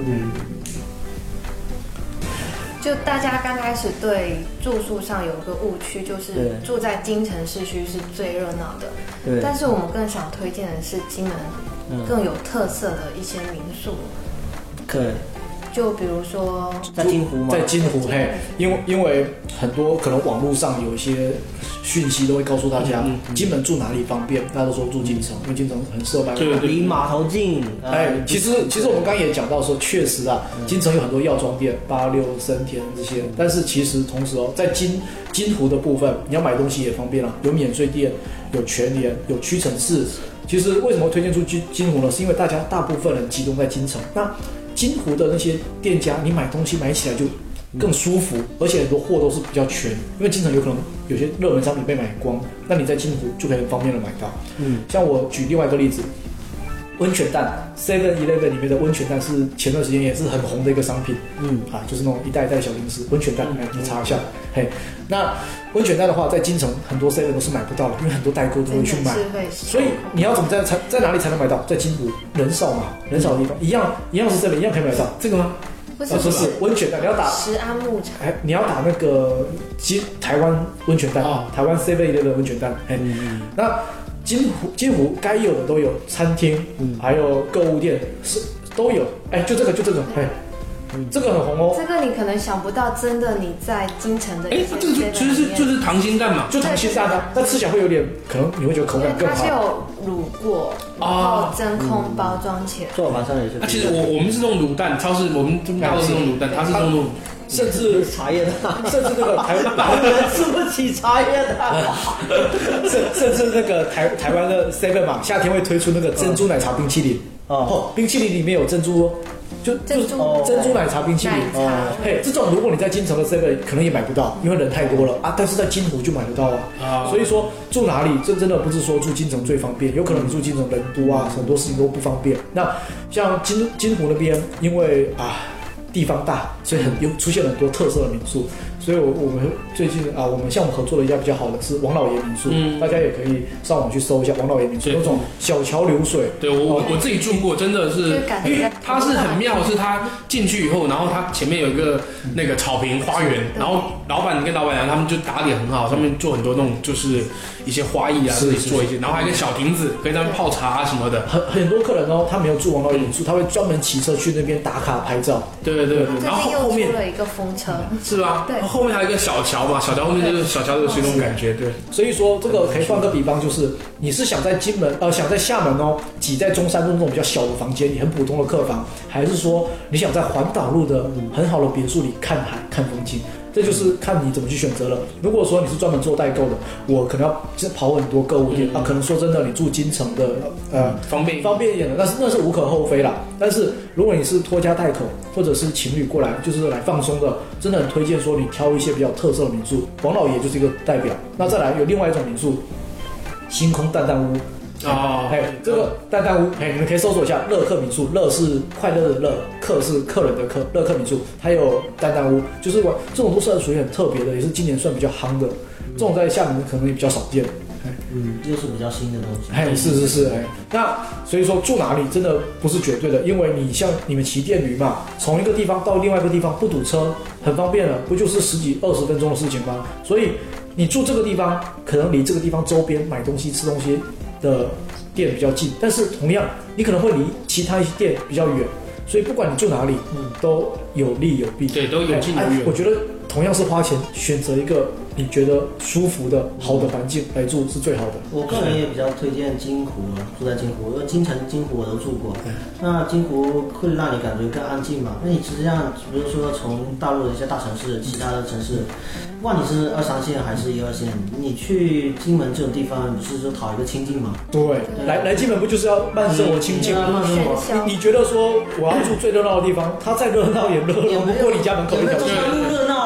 就大家刚开始对住宿上有一个误区，就是住在京城市区是最热闹的。对。但是我们更想推荐的是金门更有特色的一些民宿。 对。 就比如说在金湖吗？ 在金湖，嘿，因为很多可能网络上有一些讯息都会告诉大家，金门住哪里方便，大家都说住金城，因为金城很适合买。 对，离码头近。 其实我们刚刚也讲到说，确实啊，金城有很多药妆店，86、森田这些，但是其实同时在金湖的部分，你要买东西也方便了，有免税店，有全联，有屈臣氏。其实为什么推荐出金湖呢？是因为大家大部分人集中在金城，那金湖的那些店家，你买东西买起来就更舒服，而且很多货都是比较全，因为金城有可能有些热门商品被买光，那你在金湖就可以很方便的买到。像我举另外一个例子，温泉蛋 ，7-Eleven 里面的温泉蛋是前段时间也是很红的一个商品。就是那种一袋一袋小零食，温泉蛋，你查一下。那温泉蛋的话，在金城很多 7 都是买不到的，因为很多代购都会去买。所以你要怎么在哪里才能买到？在金湖人少嘛，人少的地方一样是7，一样可以买到这个吗？不是温泉蛋，你要打石安牧场， 你要打那个台湾温泉蛋，台湾 7-Eleven 的温泉蛋。那金湖该有的都有，餐厅，还有购物店都有。就这个。这个很红哦。 这个你可能想不到，真的你在京城的这个就是溏心蛋嘛， 就溏心蛋啊，但吃起来会有点，可能你会觉得口感更好。 它是有卤过，然后真空包装起来。 做法上也是。 其实我们是用卤蛋，超市我们大都是用卤蛋，它是用卤。 甚至茶叶蛋， 甚至那个台湾人吃不起茶叶蛋， 甚至那个台湾的 7 嘛，夏天会推出那个珍珠奶茶冰淇淋冰淇淋里面有珍珠。就是珍珠奶茶冰淇淋这种如果你在金城的7可能也买不到，因为人太多了啊。但是在金湖就买得到所以说住哪里，这真的不是说住金城最方便，有可能你住金城人多很多事情都不方便。那像金湖那边，因为地方大，所以出现了很多特色的民宿。所以我们最近我们合作的一家比较好的是王老爷民宿，大家也可以上网去搜一下王老爷民宿，那种小桥流水。 对，我自己住过，真的是，因为它是很妙，是它进去以后，然后它前面有一个那个草坪花园，然后老板跟老板娘他们就打理很好，上面做很多那种就是一些花艺自己做一些，然后还有一个小亭子可以在那边泡茶什么的。 很多客人他没有住王老爷民宿，他会专门骑车去那边打卡拍照。 对，然后后面又出了一个风车， 是吧？对。后面还有一个小桥嘛，小桥后面就是小桥的那种感觉，对。 所以说这个可以换个比方，就是你是想在想在厦门挤在中山路那种比较小的房间里，很普通的客房，还是说你想在环岛路的很好的别墅里看海看风景？这就是看你怎么去选择了。如果说你是专门做代购的，我可能要跑很多购物店可能说真的，你住金城的方便一点的，那是无可厚非啦。但是如果你是拖家带口或者是情侣过来就是来放松的，真的很推荐说你挑一些比较特色的民宿，王老爷就是一个代表。那再来有另外一种民宿，星空蛋蛋屋。这个蛋蛋屋，你们可以搜索一下乐客民宿，乐是快乐的乐，客是客人的客，乐客民宿，还有蛋蛋屋，就是这种都是属于很特别的，也是今年算比较夯的，这种在厦门可能也比较少见。 又是比较新的东西。是。那所以说住哪里真的不是绝对的，因为你像你们骑电驴嘛，从一个地方到另外一个地方不堵车，很方便了，不就是10几20分钟的事情吗？所以你住这个地方，可能离这个地方周边买东西吃东西的店比较近，但是同样你可能会离其他一些店比较远，所以不管你住哪里，都有利有弊。 对，都有近有远。 我觉得同样是花钱，选择一个你觉得舒服的好的环境来住是最好的。 我个人也比较推荐金湖，住在金湖，因为金城、金湖我都住过。那金湖会让你感觉更安静嘛？那你实际上，比如说从大陆的一些大城市、其他的城市，不管你是2、3线还是1、2线，你去金门这种地方，你是说讨一个清静嘛？ 对，来金门不就是要慢生活清静吗？你觉得说我要住最热闹的地方，它再热闹也热不过你家门口一条街。 热闹啊！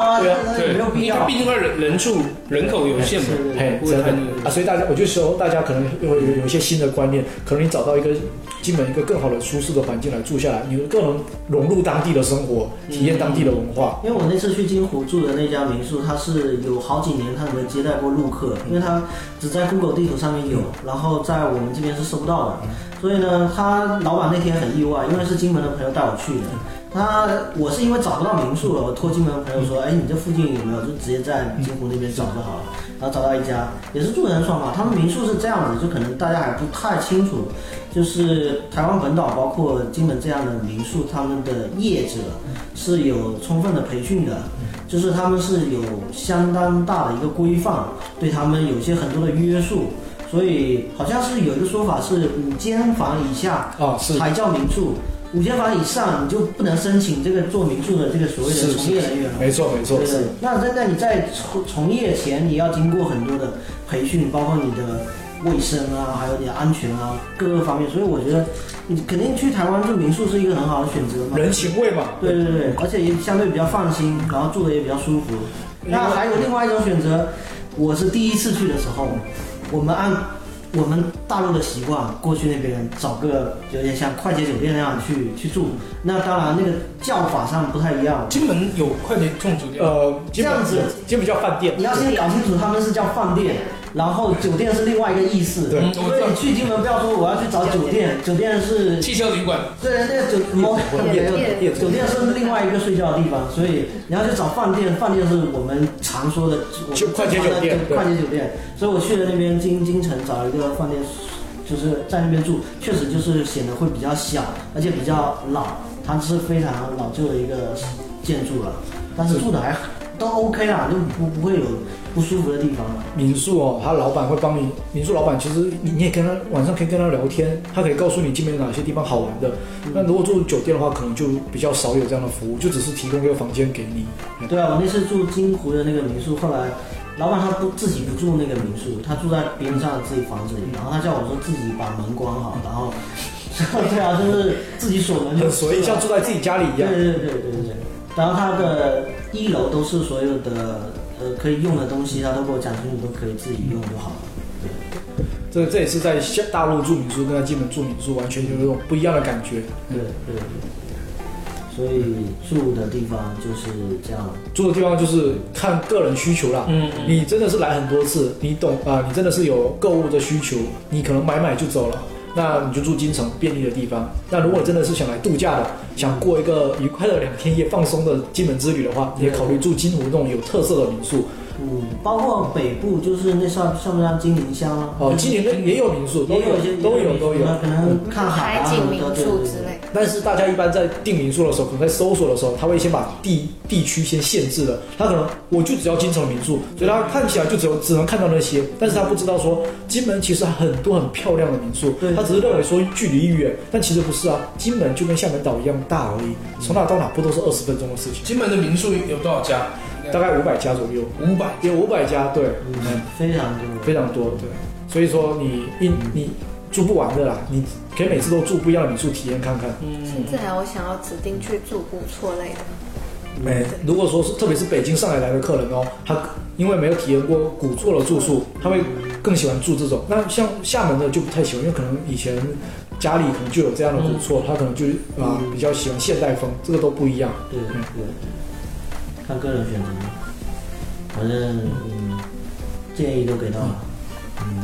啊， 对啊， 没有必要。 毕竟它人口有限嘛， 嘿，真的啊，所以我觉得时候大家可能有一些新的观念，可能你找到一个金门一个更好的舒适的环境来住下来，你更能融入当地的生活，体验当地的文化。 因为我那次去金湖住的那家民宿，它是有好几年它没接待过陆客，因为它只在 Google 地图上面有，然后在我们这边是收不到的。所以呢，他老板那天很意外，因为是金门的朋友带我去的。我是因为找不到民宿了，我托金门的朋友说，你这附近有没有？就直接在金湖那边找就好了。然后找到一家，也是住得很爽嘛。他们民宿是这样子，就可能大家还不太清楚，就是台湾本岛包括金门这样的民宿，他们的业者是有充分的培训的，就是他们是有相当大的一个规范，对他们有些很多的约束。所以好像是有一个说法是5间房以下才叫民宿，5间房以上你就不能申请这个做民宿的这个所谓的从业人员了。 没错。 对。那你在从业前，你要经过很多的培训，包括你的卫生啊，还有你的安全啊，各个方面。所以我觉得你肯定去台湾住民宿是一个很好的选择嘛， 人情味嘛。 对，而且也相对比较放心，然后住的也比较舒服。那还有另外一种选择，我是第一次去的时候。我们按我们大陆的习惯，过去那边找个有点像快捷酒店那样去住。那当然，那个叫法上不太一样。 金门有快捷这种酒店？ 这样子基本叫饭店。 你要先搞清楚，他们是叫饭店，然后酒店是另外一个意思。 对， 所以你去金门不要说我要去找酒店，酒店是汽车旅馆。 对，那个酒店是另外一个睡觉的地方，所以你要去找饭店，饭店是我们常说的就快捷酒店。 快捷酒店，所以我去了那边金城找一个饭店，就是在那边住，确实就是显得会比较小，而且比较老，它是非常老旧的一个建筑了，但是住的还都 OK 啦，就不会有不舒服的地方了。 民宿他老板会帮你，民宿老板其实你也跟他晚上可以跟他聊天，他可以告诉你金门有哪些地方好玩的。那如果住酒店的话，可能就比较少有这样的服务，就只是提供一个房间给你。 对啊，我那次住金湖的那个民宿，后来老板他自己不住那个民宿，他住在边上的自己房子里，然后他叫我说自己把门关好，然后对啊，就是自己锁门就所以像住在自己家里一样。 对。然后他的1楼都是所有的可以用的东西，他都给我讲清楚，都可以自己用就好了。 对，这也是在大陆住民宿跟在金门住民宿完全有一种不一样的感觉。 对。所以住的地方就是这样， 住的地方就是看个人需求啦。你真的是来很多次，你懂啊？你真的是有购物的需求，你可能买就走了。那你就住金城便利的地方。那如果真的是想来度假的，想过一个愉快的2天1夜放松的金门之旅的话，你也考虑住金湖那种有特色的民宿。 包括北部就是那像不像金陵乡啊？ 金陵也有民宿，都有， 可能看海啊， 海景民宿之类。 但是大家一般在订民宿的时候，可能在搜索的时候，他会先把地区先限制了。他可能我就只要金城民宿，所以他看起来就只能看到那些，但是他不知道说金门其实很多很漂亮的民宿，他只是认为说距离远，但其实不是啊。金门就跟厦门岛一样大而已，从哪到哪不都是20分钟的事情？ 金门的民宿有多少家？ 大概500家左右，500有500家，对，非常多，对。所以说你住不完的啦，你可以每次都住不一样的民宿体验看看。 甚至还有想要指定去住古厝类的。 如果说是特别是北京、上海来的客人他因为没有体验过古厝的住宿，他会更喜欢住这种。那像厦门的就不太喜欢，因为可能以前家里可能就有这样的古厝，他可能就比较喜欢现代风，这个都不一样。 对。看个人选择，反正建议都给到了。 对。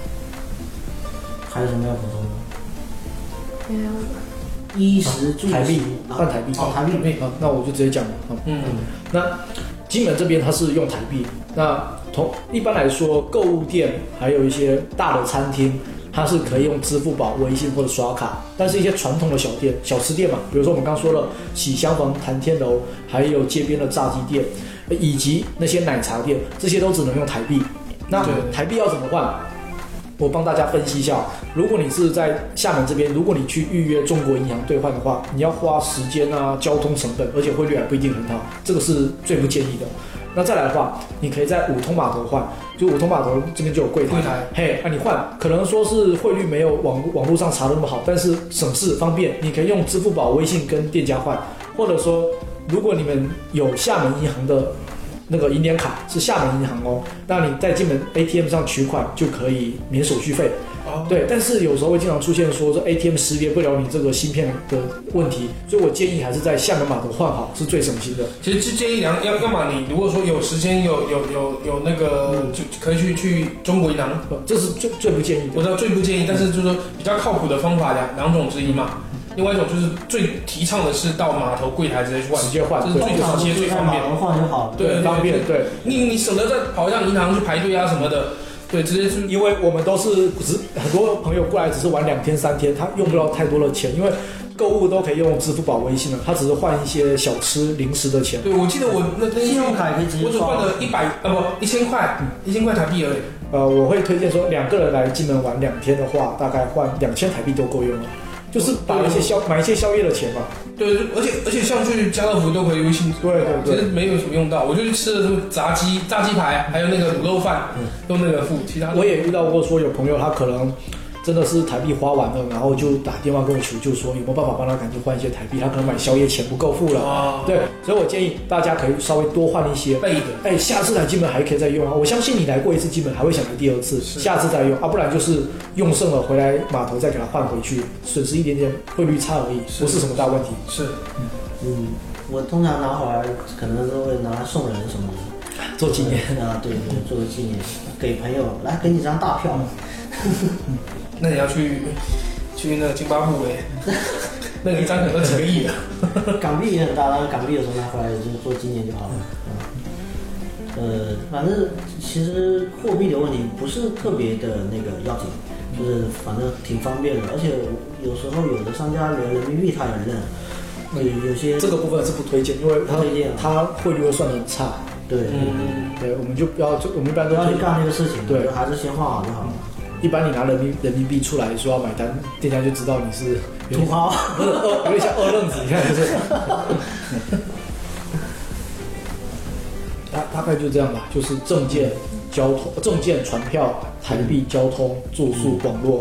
还有什么要补充的？ 没有。 衣食住台币，换台币。 台币。 那我就直接讲了。那金门这边它是用台币。那一般来说，购物店还有一些大的餐厅，它是可以用支付宝、微信或者刷卡。但是一些传统的小店、小吃店嘛，比如说我们刚说了喜相逢、谈天楼，还有街边的炸鸡店，以及那些奶茶店，这些都只能用台币。那台币要怎么换？我帮大家分析一下。如果你是在厦门这边，如果你去预约中国银行兑换的话，你要花时间啊、交通成本，而且汇率还不一定很好，这个是最不建议的。那再来的话，你可以在五通码头换，就五通码头这边就有柜台，你换，可能说是汇率没有网络上查的那么好，但是省事方便，你可以用支付宝、微信跟店家换，或者说如果你们有厦门银行的那个银联卡，是厦门银行哦。那你在金门 ATM 上取款就可以免手续费。对，但是有时候会经常出现说这 ATM 识别不了你这个芯片的问题，所以我建议还是在厦门码头换好是最省心的。 其实建议要么你如果说有时间有那个就可以去中国银行， 这是最不建议的。 我知道最不建议，但是就是说比较靠谱的方法两种之一嘛。另外一种就是最提倡的是到码头柜台直接去换， 直接换， 这是最直接最方便， 换就好， 对， 方便，对。 你省得再跑一趟银行去排队啊什么的。对，直接是因为我们都是很多朋友过来只是玩2天3天，他用不到太多的钱，因为购物都可以用支付宝、微信了，他只是换一些小吃零食的钱。 对，我记得我那信用卡可以直接， 我只换了1000块，1000块台币而已。 我会推荐说2个人来金门玩2天的话，大概换2000台币都够用了，就是买一些宵夜的钱嘛。 对，而且像去家乐福都可以微信， 对， 其实没有什么用到。我就去吃了什么炸鸡排，还有那个卤肉饭，用那个付。其他我也遇到过说有朋友他可能真的是台币花完了，然后就打电话跟我求救说有没有办法帮他赶紧换一些台币，他可能买宵夜钱不够付了。对，所以我建议大家可以稍微多换一些备的。 下次来金门还可以再用啊！我相信你来过一次金门还会想来第2次，下次再用啊，不然就是用剩了回来码头再给它换回去，损失一点点汇率差而已，不是什么大问题。 是， 我通常拿回来可能都会拿来送人什么的， 做纪念啊，对，做个纪念，给朋友来给你张大票。 那你要去那个津巴布韦，那个一张可能都几个亿的。 港币也很大，港币有时候拿回来就做纪念就好了。反正其实货币的问题不是特别的那个要紧，就是反正挺方便的，而且有时候有的商家连人民币他也认。有些这个部分是不推荐，因为它汇率会算得很差。 对， 对，我们就不要，我们一般都要去干那个事情， 对， 还是先换好就好了。 一般你拿人民币出来说要买单，店家就知道你是土豪， 有点像二愣子，你看就是。大概就这样吧，就是证件、交通、证件、传票、台币、交通、住宿、网络。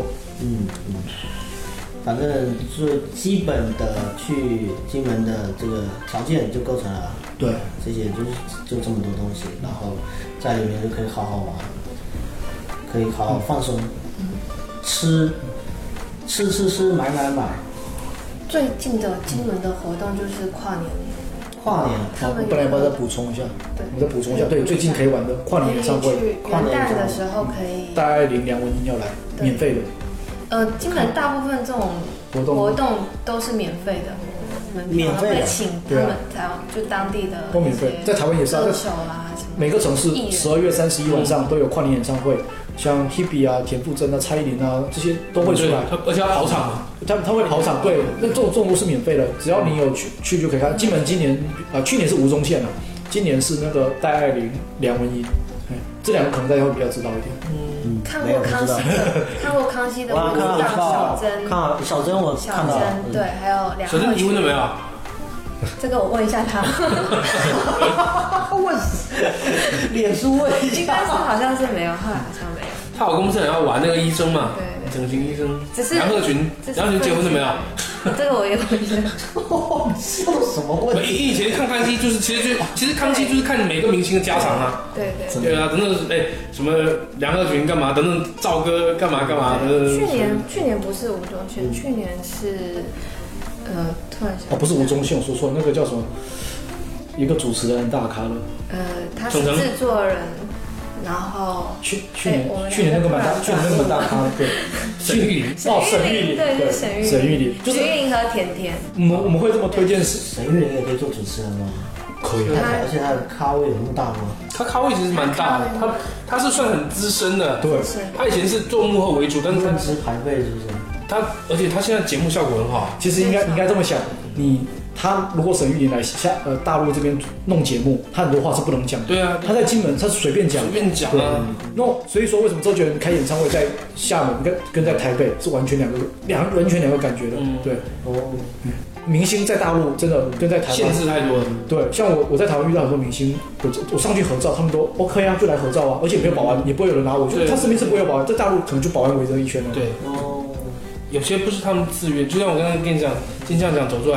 反正是基本的去金门的这个条件就构成了。 对， 这些就这么多东西，然后在里面就可以好好玩，可以好好放松，吃，买。 最近的金门的活动就是跨年。 好，我本来要不要再补充一下？我再补充一下，对，最近可以玩的跨年演唱会， 元旦的时候可以。 大概梁文音要来，免费的。 金门大部分这种活动都是免费的， 免费会请他们就当地的都免费，在台湾也是歌手啊什么。 每个城市12月31晚上都有跨年演唱会，像 Hebe 啊、田馥甄啊、蔡依林啊这些都会出来， 而且要跑场嘛， 他会跑场，对，那这种都是免费的，只要你有去就可以看。金门今年去年是吴宗宪啊，今年是那个戴爱玲、梁文音，这2个可能大家会比较知道一点。 看过康熙的舞蹈小珍， 小珍我看到了， 对，还有2 小珍你问了没有？ 这个我问一下他。 问脸书问一下， 应该是好像是没有，后来好像没有。 她老公不是很要玩那个医生嘛？ 对， 整形医生。 只是杨鹤群结婚了没有？ 这个我也问一下。 笑什么问题？ 以前看康熙就是其实康熙就是看每个明星的家常啊。对啊，等等什么梁鹤群干嘛，等等赵哥干嘛的。 去年不是吴宗宪，去年是突然想不是吴宗宪，我说错，那个叫什么？一个主持人很大咖了。 他是制作人。然后去年那个蛮大咖，对， 沈玉琳， 对，沈玉琳， 就是徐琳和甜甜。 我们会这么推荐沈玉琳也可以做主持人吗？ 可以， 而且他的咖位有那么大吗？ 他咖位其实蛮大的，他是算很资深的， 对， 他以前是做幕后为主，但是分值排辈是不是？ 而且他现在节目效果很好。 其实应该这么想，他如果沈玉琳来大陆这边弄节目，他很多话是不能讲的。 对啊， 他在金门他是随便讲啊。所以说为什么周杰伦开演唱会在厦门跟在台北是完全两个感觉的。对明星在大陆真的跟在台湾限制太多了。 对，像我在台湾遇到很多明星，我上去合照，他们都 OK 啊，就来合照啊，而且没有保安，也不会有人拿我，就他身边是不会有保安，在大陆可能就保安围着一圈了。 对，有些不是他们自愿，就像我刚刚跟你讲，金像奖走出来，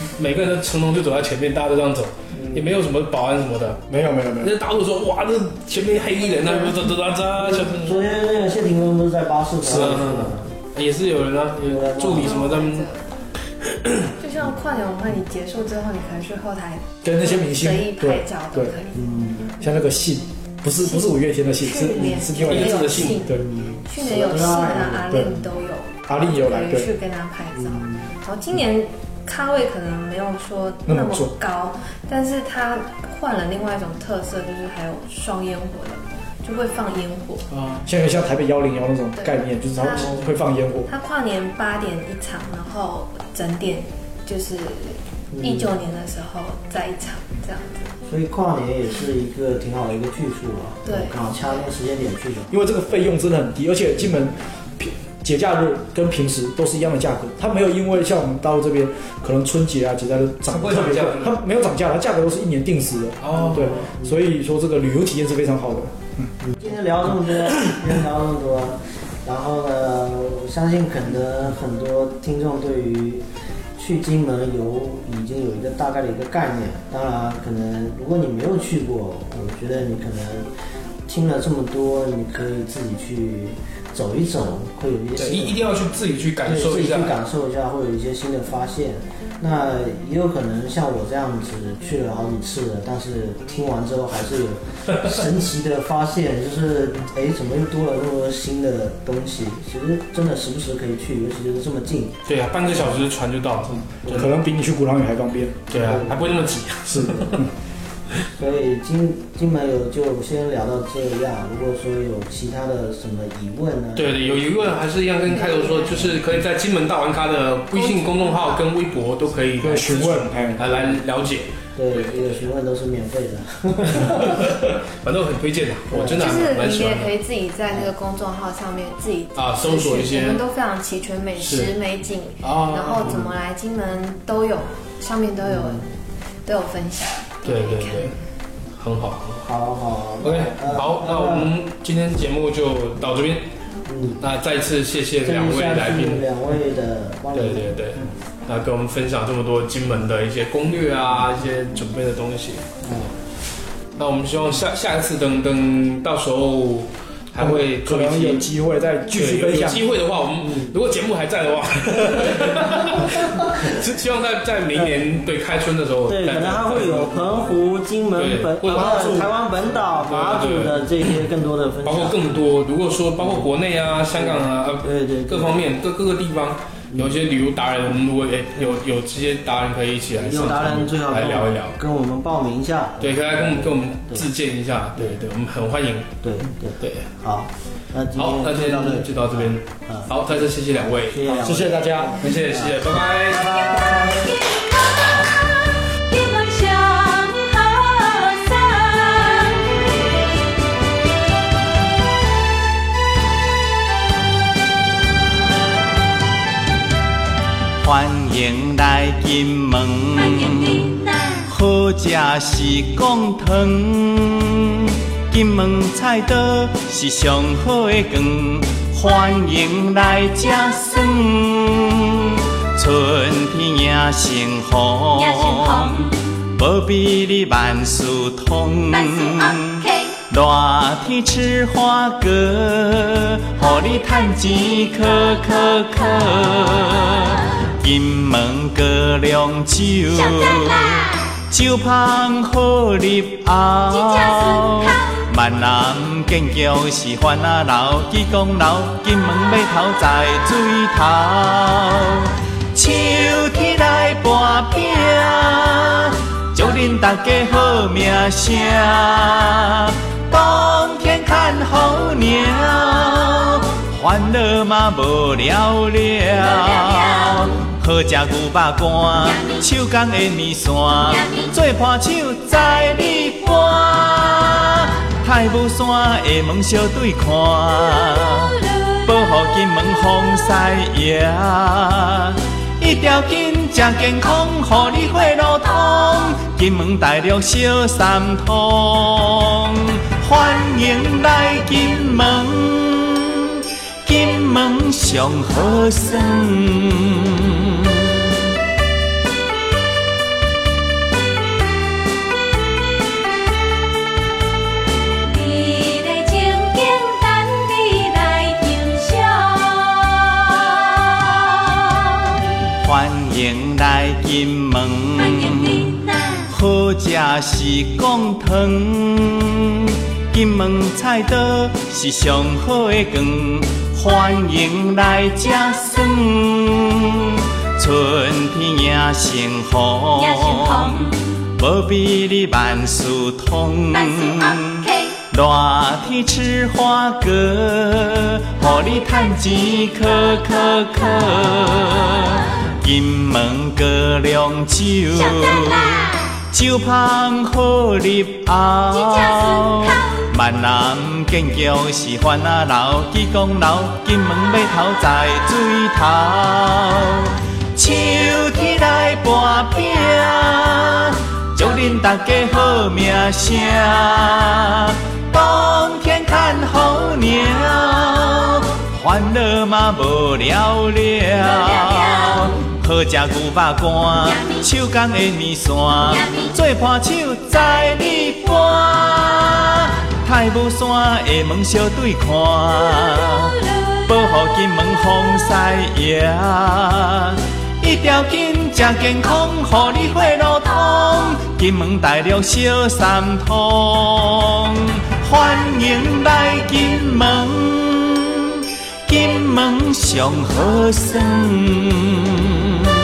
每个人的成龙就走在前面，大家都这样走，也没有什么保安什么的， 没有。 那大陆说哇，这前面黑衣人啊， 昨天那个谢霆锋不是在巴士上， 也是有人啊，有助理什么的。 就像跨年晚会，你结束之后，你可能去后台跟那些明星随意拍照都可以。 像那个信，不是五月天的信，是另外一个的信。 对， 去年有信啊，阿令都有， 阿令有来去跟他拍照。然后今年咖位可能没有说那么高，但是他换了另外一种特色，就是还有双烟火的。就会放烟火啊，像台北101那种概念，就是它会放烟火。 它跨年8点一场，然后整点就是19年的时候再一场这样子。 所以跨年也是一个挺好的一个去处啊。 对， 刚好掐那个时间点去的。 因为这个费用真的很低，而且金门节假日跟平时都是一样的价格，它没有因为像我们大陆这边可能春节啊节假日涨特别贵，它没有涨价，它价格都是1年定时的。哦，对，所以说这个旅游体验是非常好的。 今天聊这么多，然后呢，我相信可能很多听众对于去金门已经有一个大概的一个概念。当然，可能如果你没有去过，我觉得你可能听了这么多，你可以自己去走一走，会有一些一定要去自己去感受一下， 会有一些新的发现。那也有可能像我这样子去了好几次了，但是听完之后还是有神奇的发现，就是怎么又多了那么多新的东西？其实真的时不时可以去，尤其是这么近。 对啊，半个小时船就到了， 可能比你去鼓浪屿还方便。 对啊，还不会那么挤。 是。 所以金门就先聊到这样。如果说有其他的什么疑问呢？ 对，有疑问还是一样跟开头说，就是可以在金门大玩咖的微信公众号跟微博都可以询问， 来了解。 对，这个询问都是免费的。 反正我很推荐的，我真的蛮喜欢的。 就是你也可以自己在那个公众号上面自己搜索一些， 我们都非常齐全，美食美景，然后怎么来金门都有，上面都有分享。 对，很好。 好 ，OK， 好，那我们今天节目就到这边。那再次谢谢两位来宾， 两位的光临。 对，那跟我们分享这么多金门的一些攻略啊，一些准备的东西。那我们希望下一次等到时候还会可能有机会再继续分享。 有机会的话，我们如果节目还在的话，是希望在明年开春的时候， 对，可能还会有澎湖、金门台湾本岛、马祖的这些更多的分享， 包括更多。如果说包括国内啊、香港啊，对，各方面各个地方。有些旅游达人，我们如果有这些达人可以一起来， 有达人最好来聊一聊，跟我们报名一下， 对，可以来跟我们自荐一下，对，我们很欢迎，对， 好，那今天就到这边，好，再次谢谢两位， 谢谢大家， 谢谢，拜拜。 欢迎来金门，好食是讲汤，金门菜刀是上好的羹，欢迎来吃酸。春天迎成风，无比你万事通。热天吃花糕，互你赚钱可。金门高粱酒，酒香好入喉。闽南建桥是番仔楼，济公楼，金门码头在水头。秋天来搬饼，祝恁大家好名声。冬天看候鸟，烦恼嘛无了了。好食牛肉干，手工的面线，做伴手在你搬。太武山的门小对看，保护金门风西野。一条筋吃健康，互你血路通。金门大陆小三通，欢迎来金门，金门上好耍。 是贡糖，金门菜刀是上好的羹，欢迎来吃酸。春天也成风，无比你万事通。热天吃花糕，予你赚钱可可可。金门高粱酒，酒香好入喉。闽南建桥是番仔楼，济公楼，金门码头在水头。秋天来搬饼，祝恁大家好名声。冬天看候鸟，烦恼嘛无了了。好食牛肉干，手工的面线，做伴手在你搬。太武山的门小对看，保护金门风西野。一条筋吃健康，互你血路通。金门大陆小三通，欢迎来金门，金门上好耍。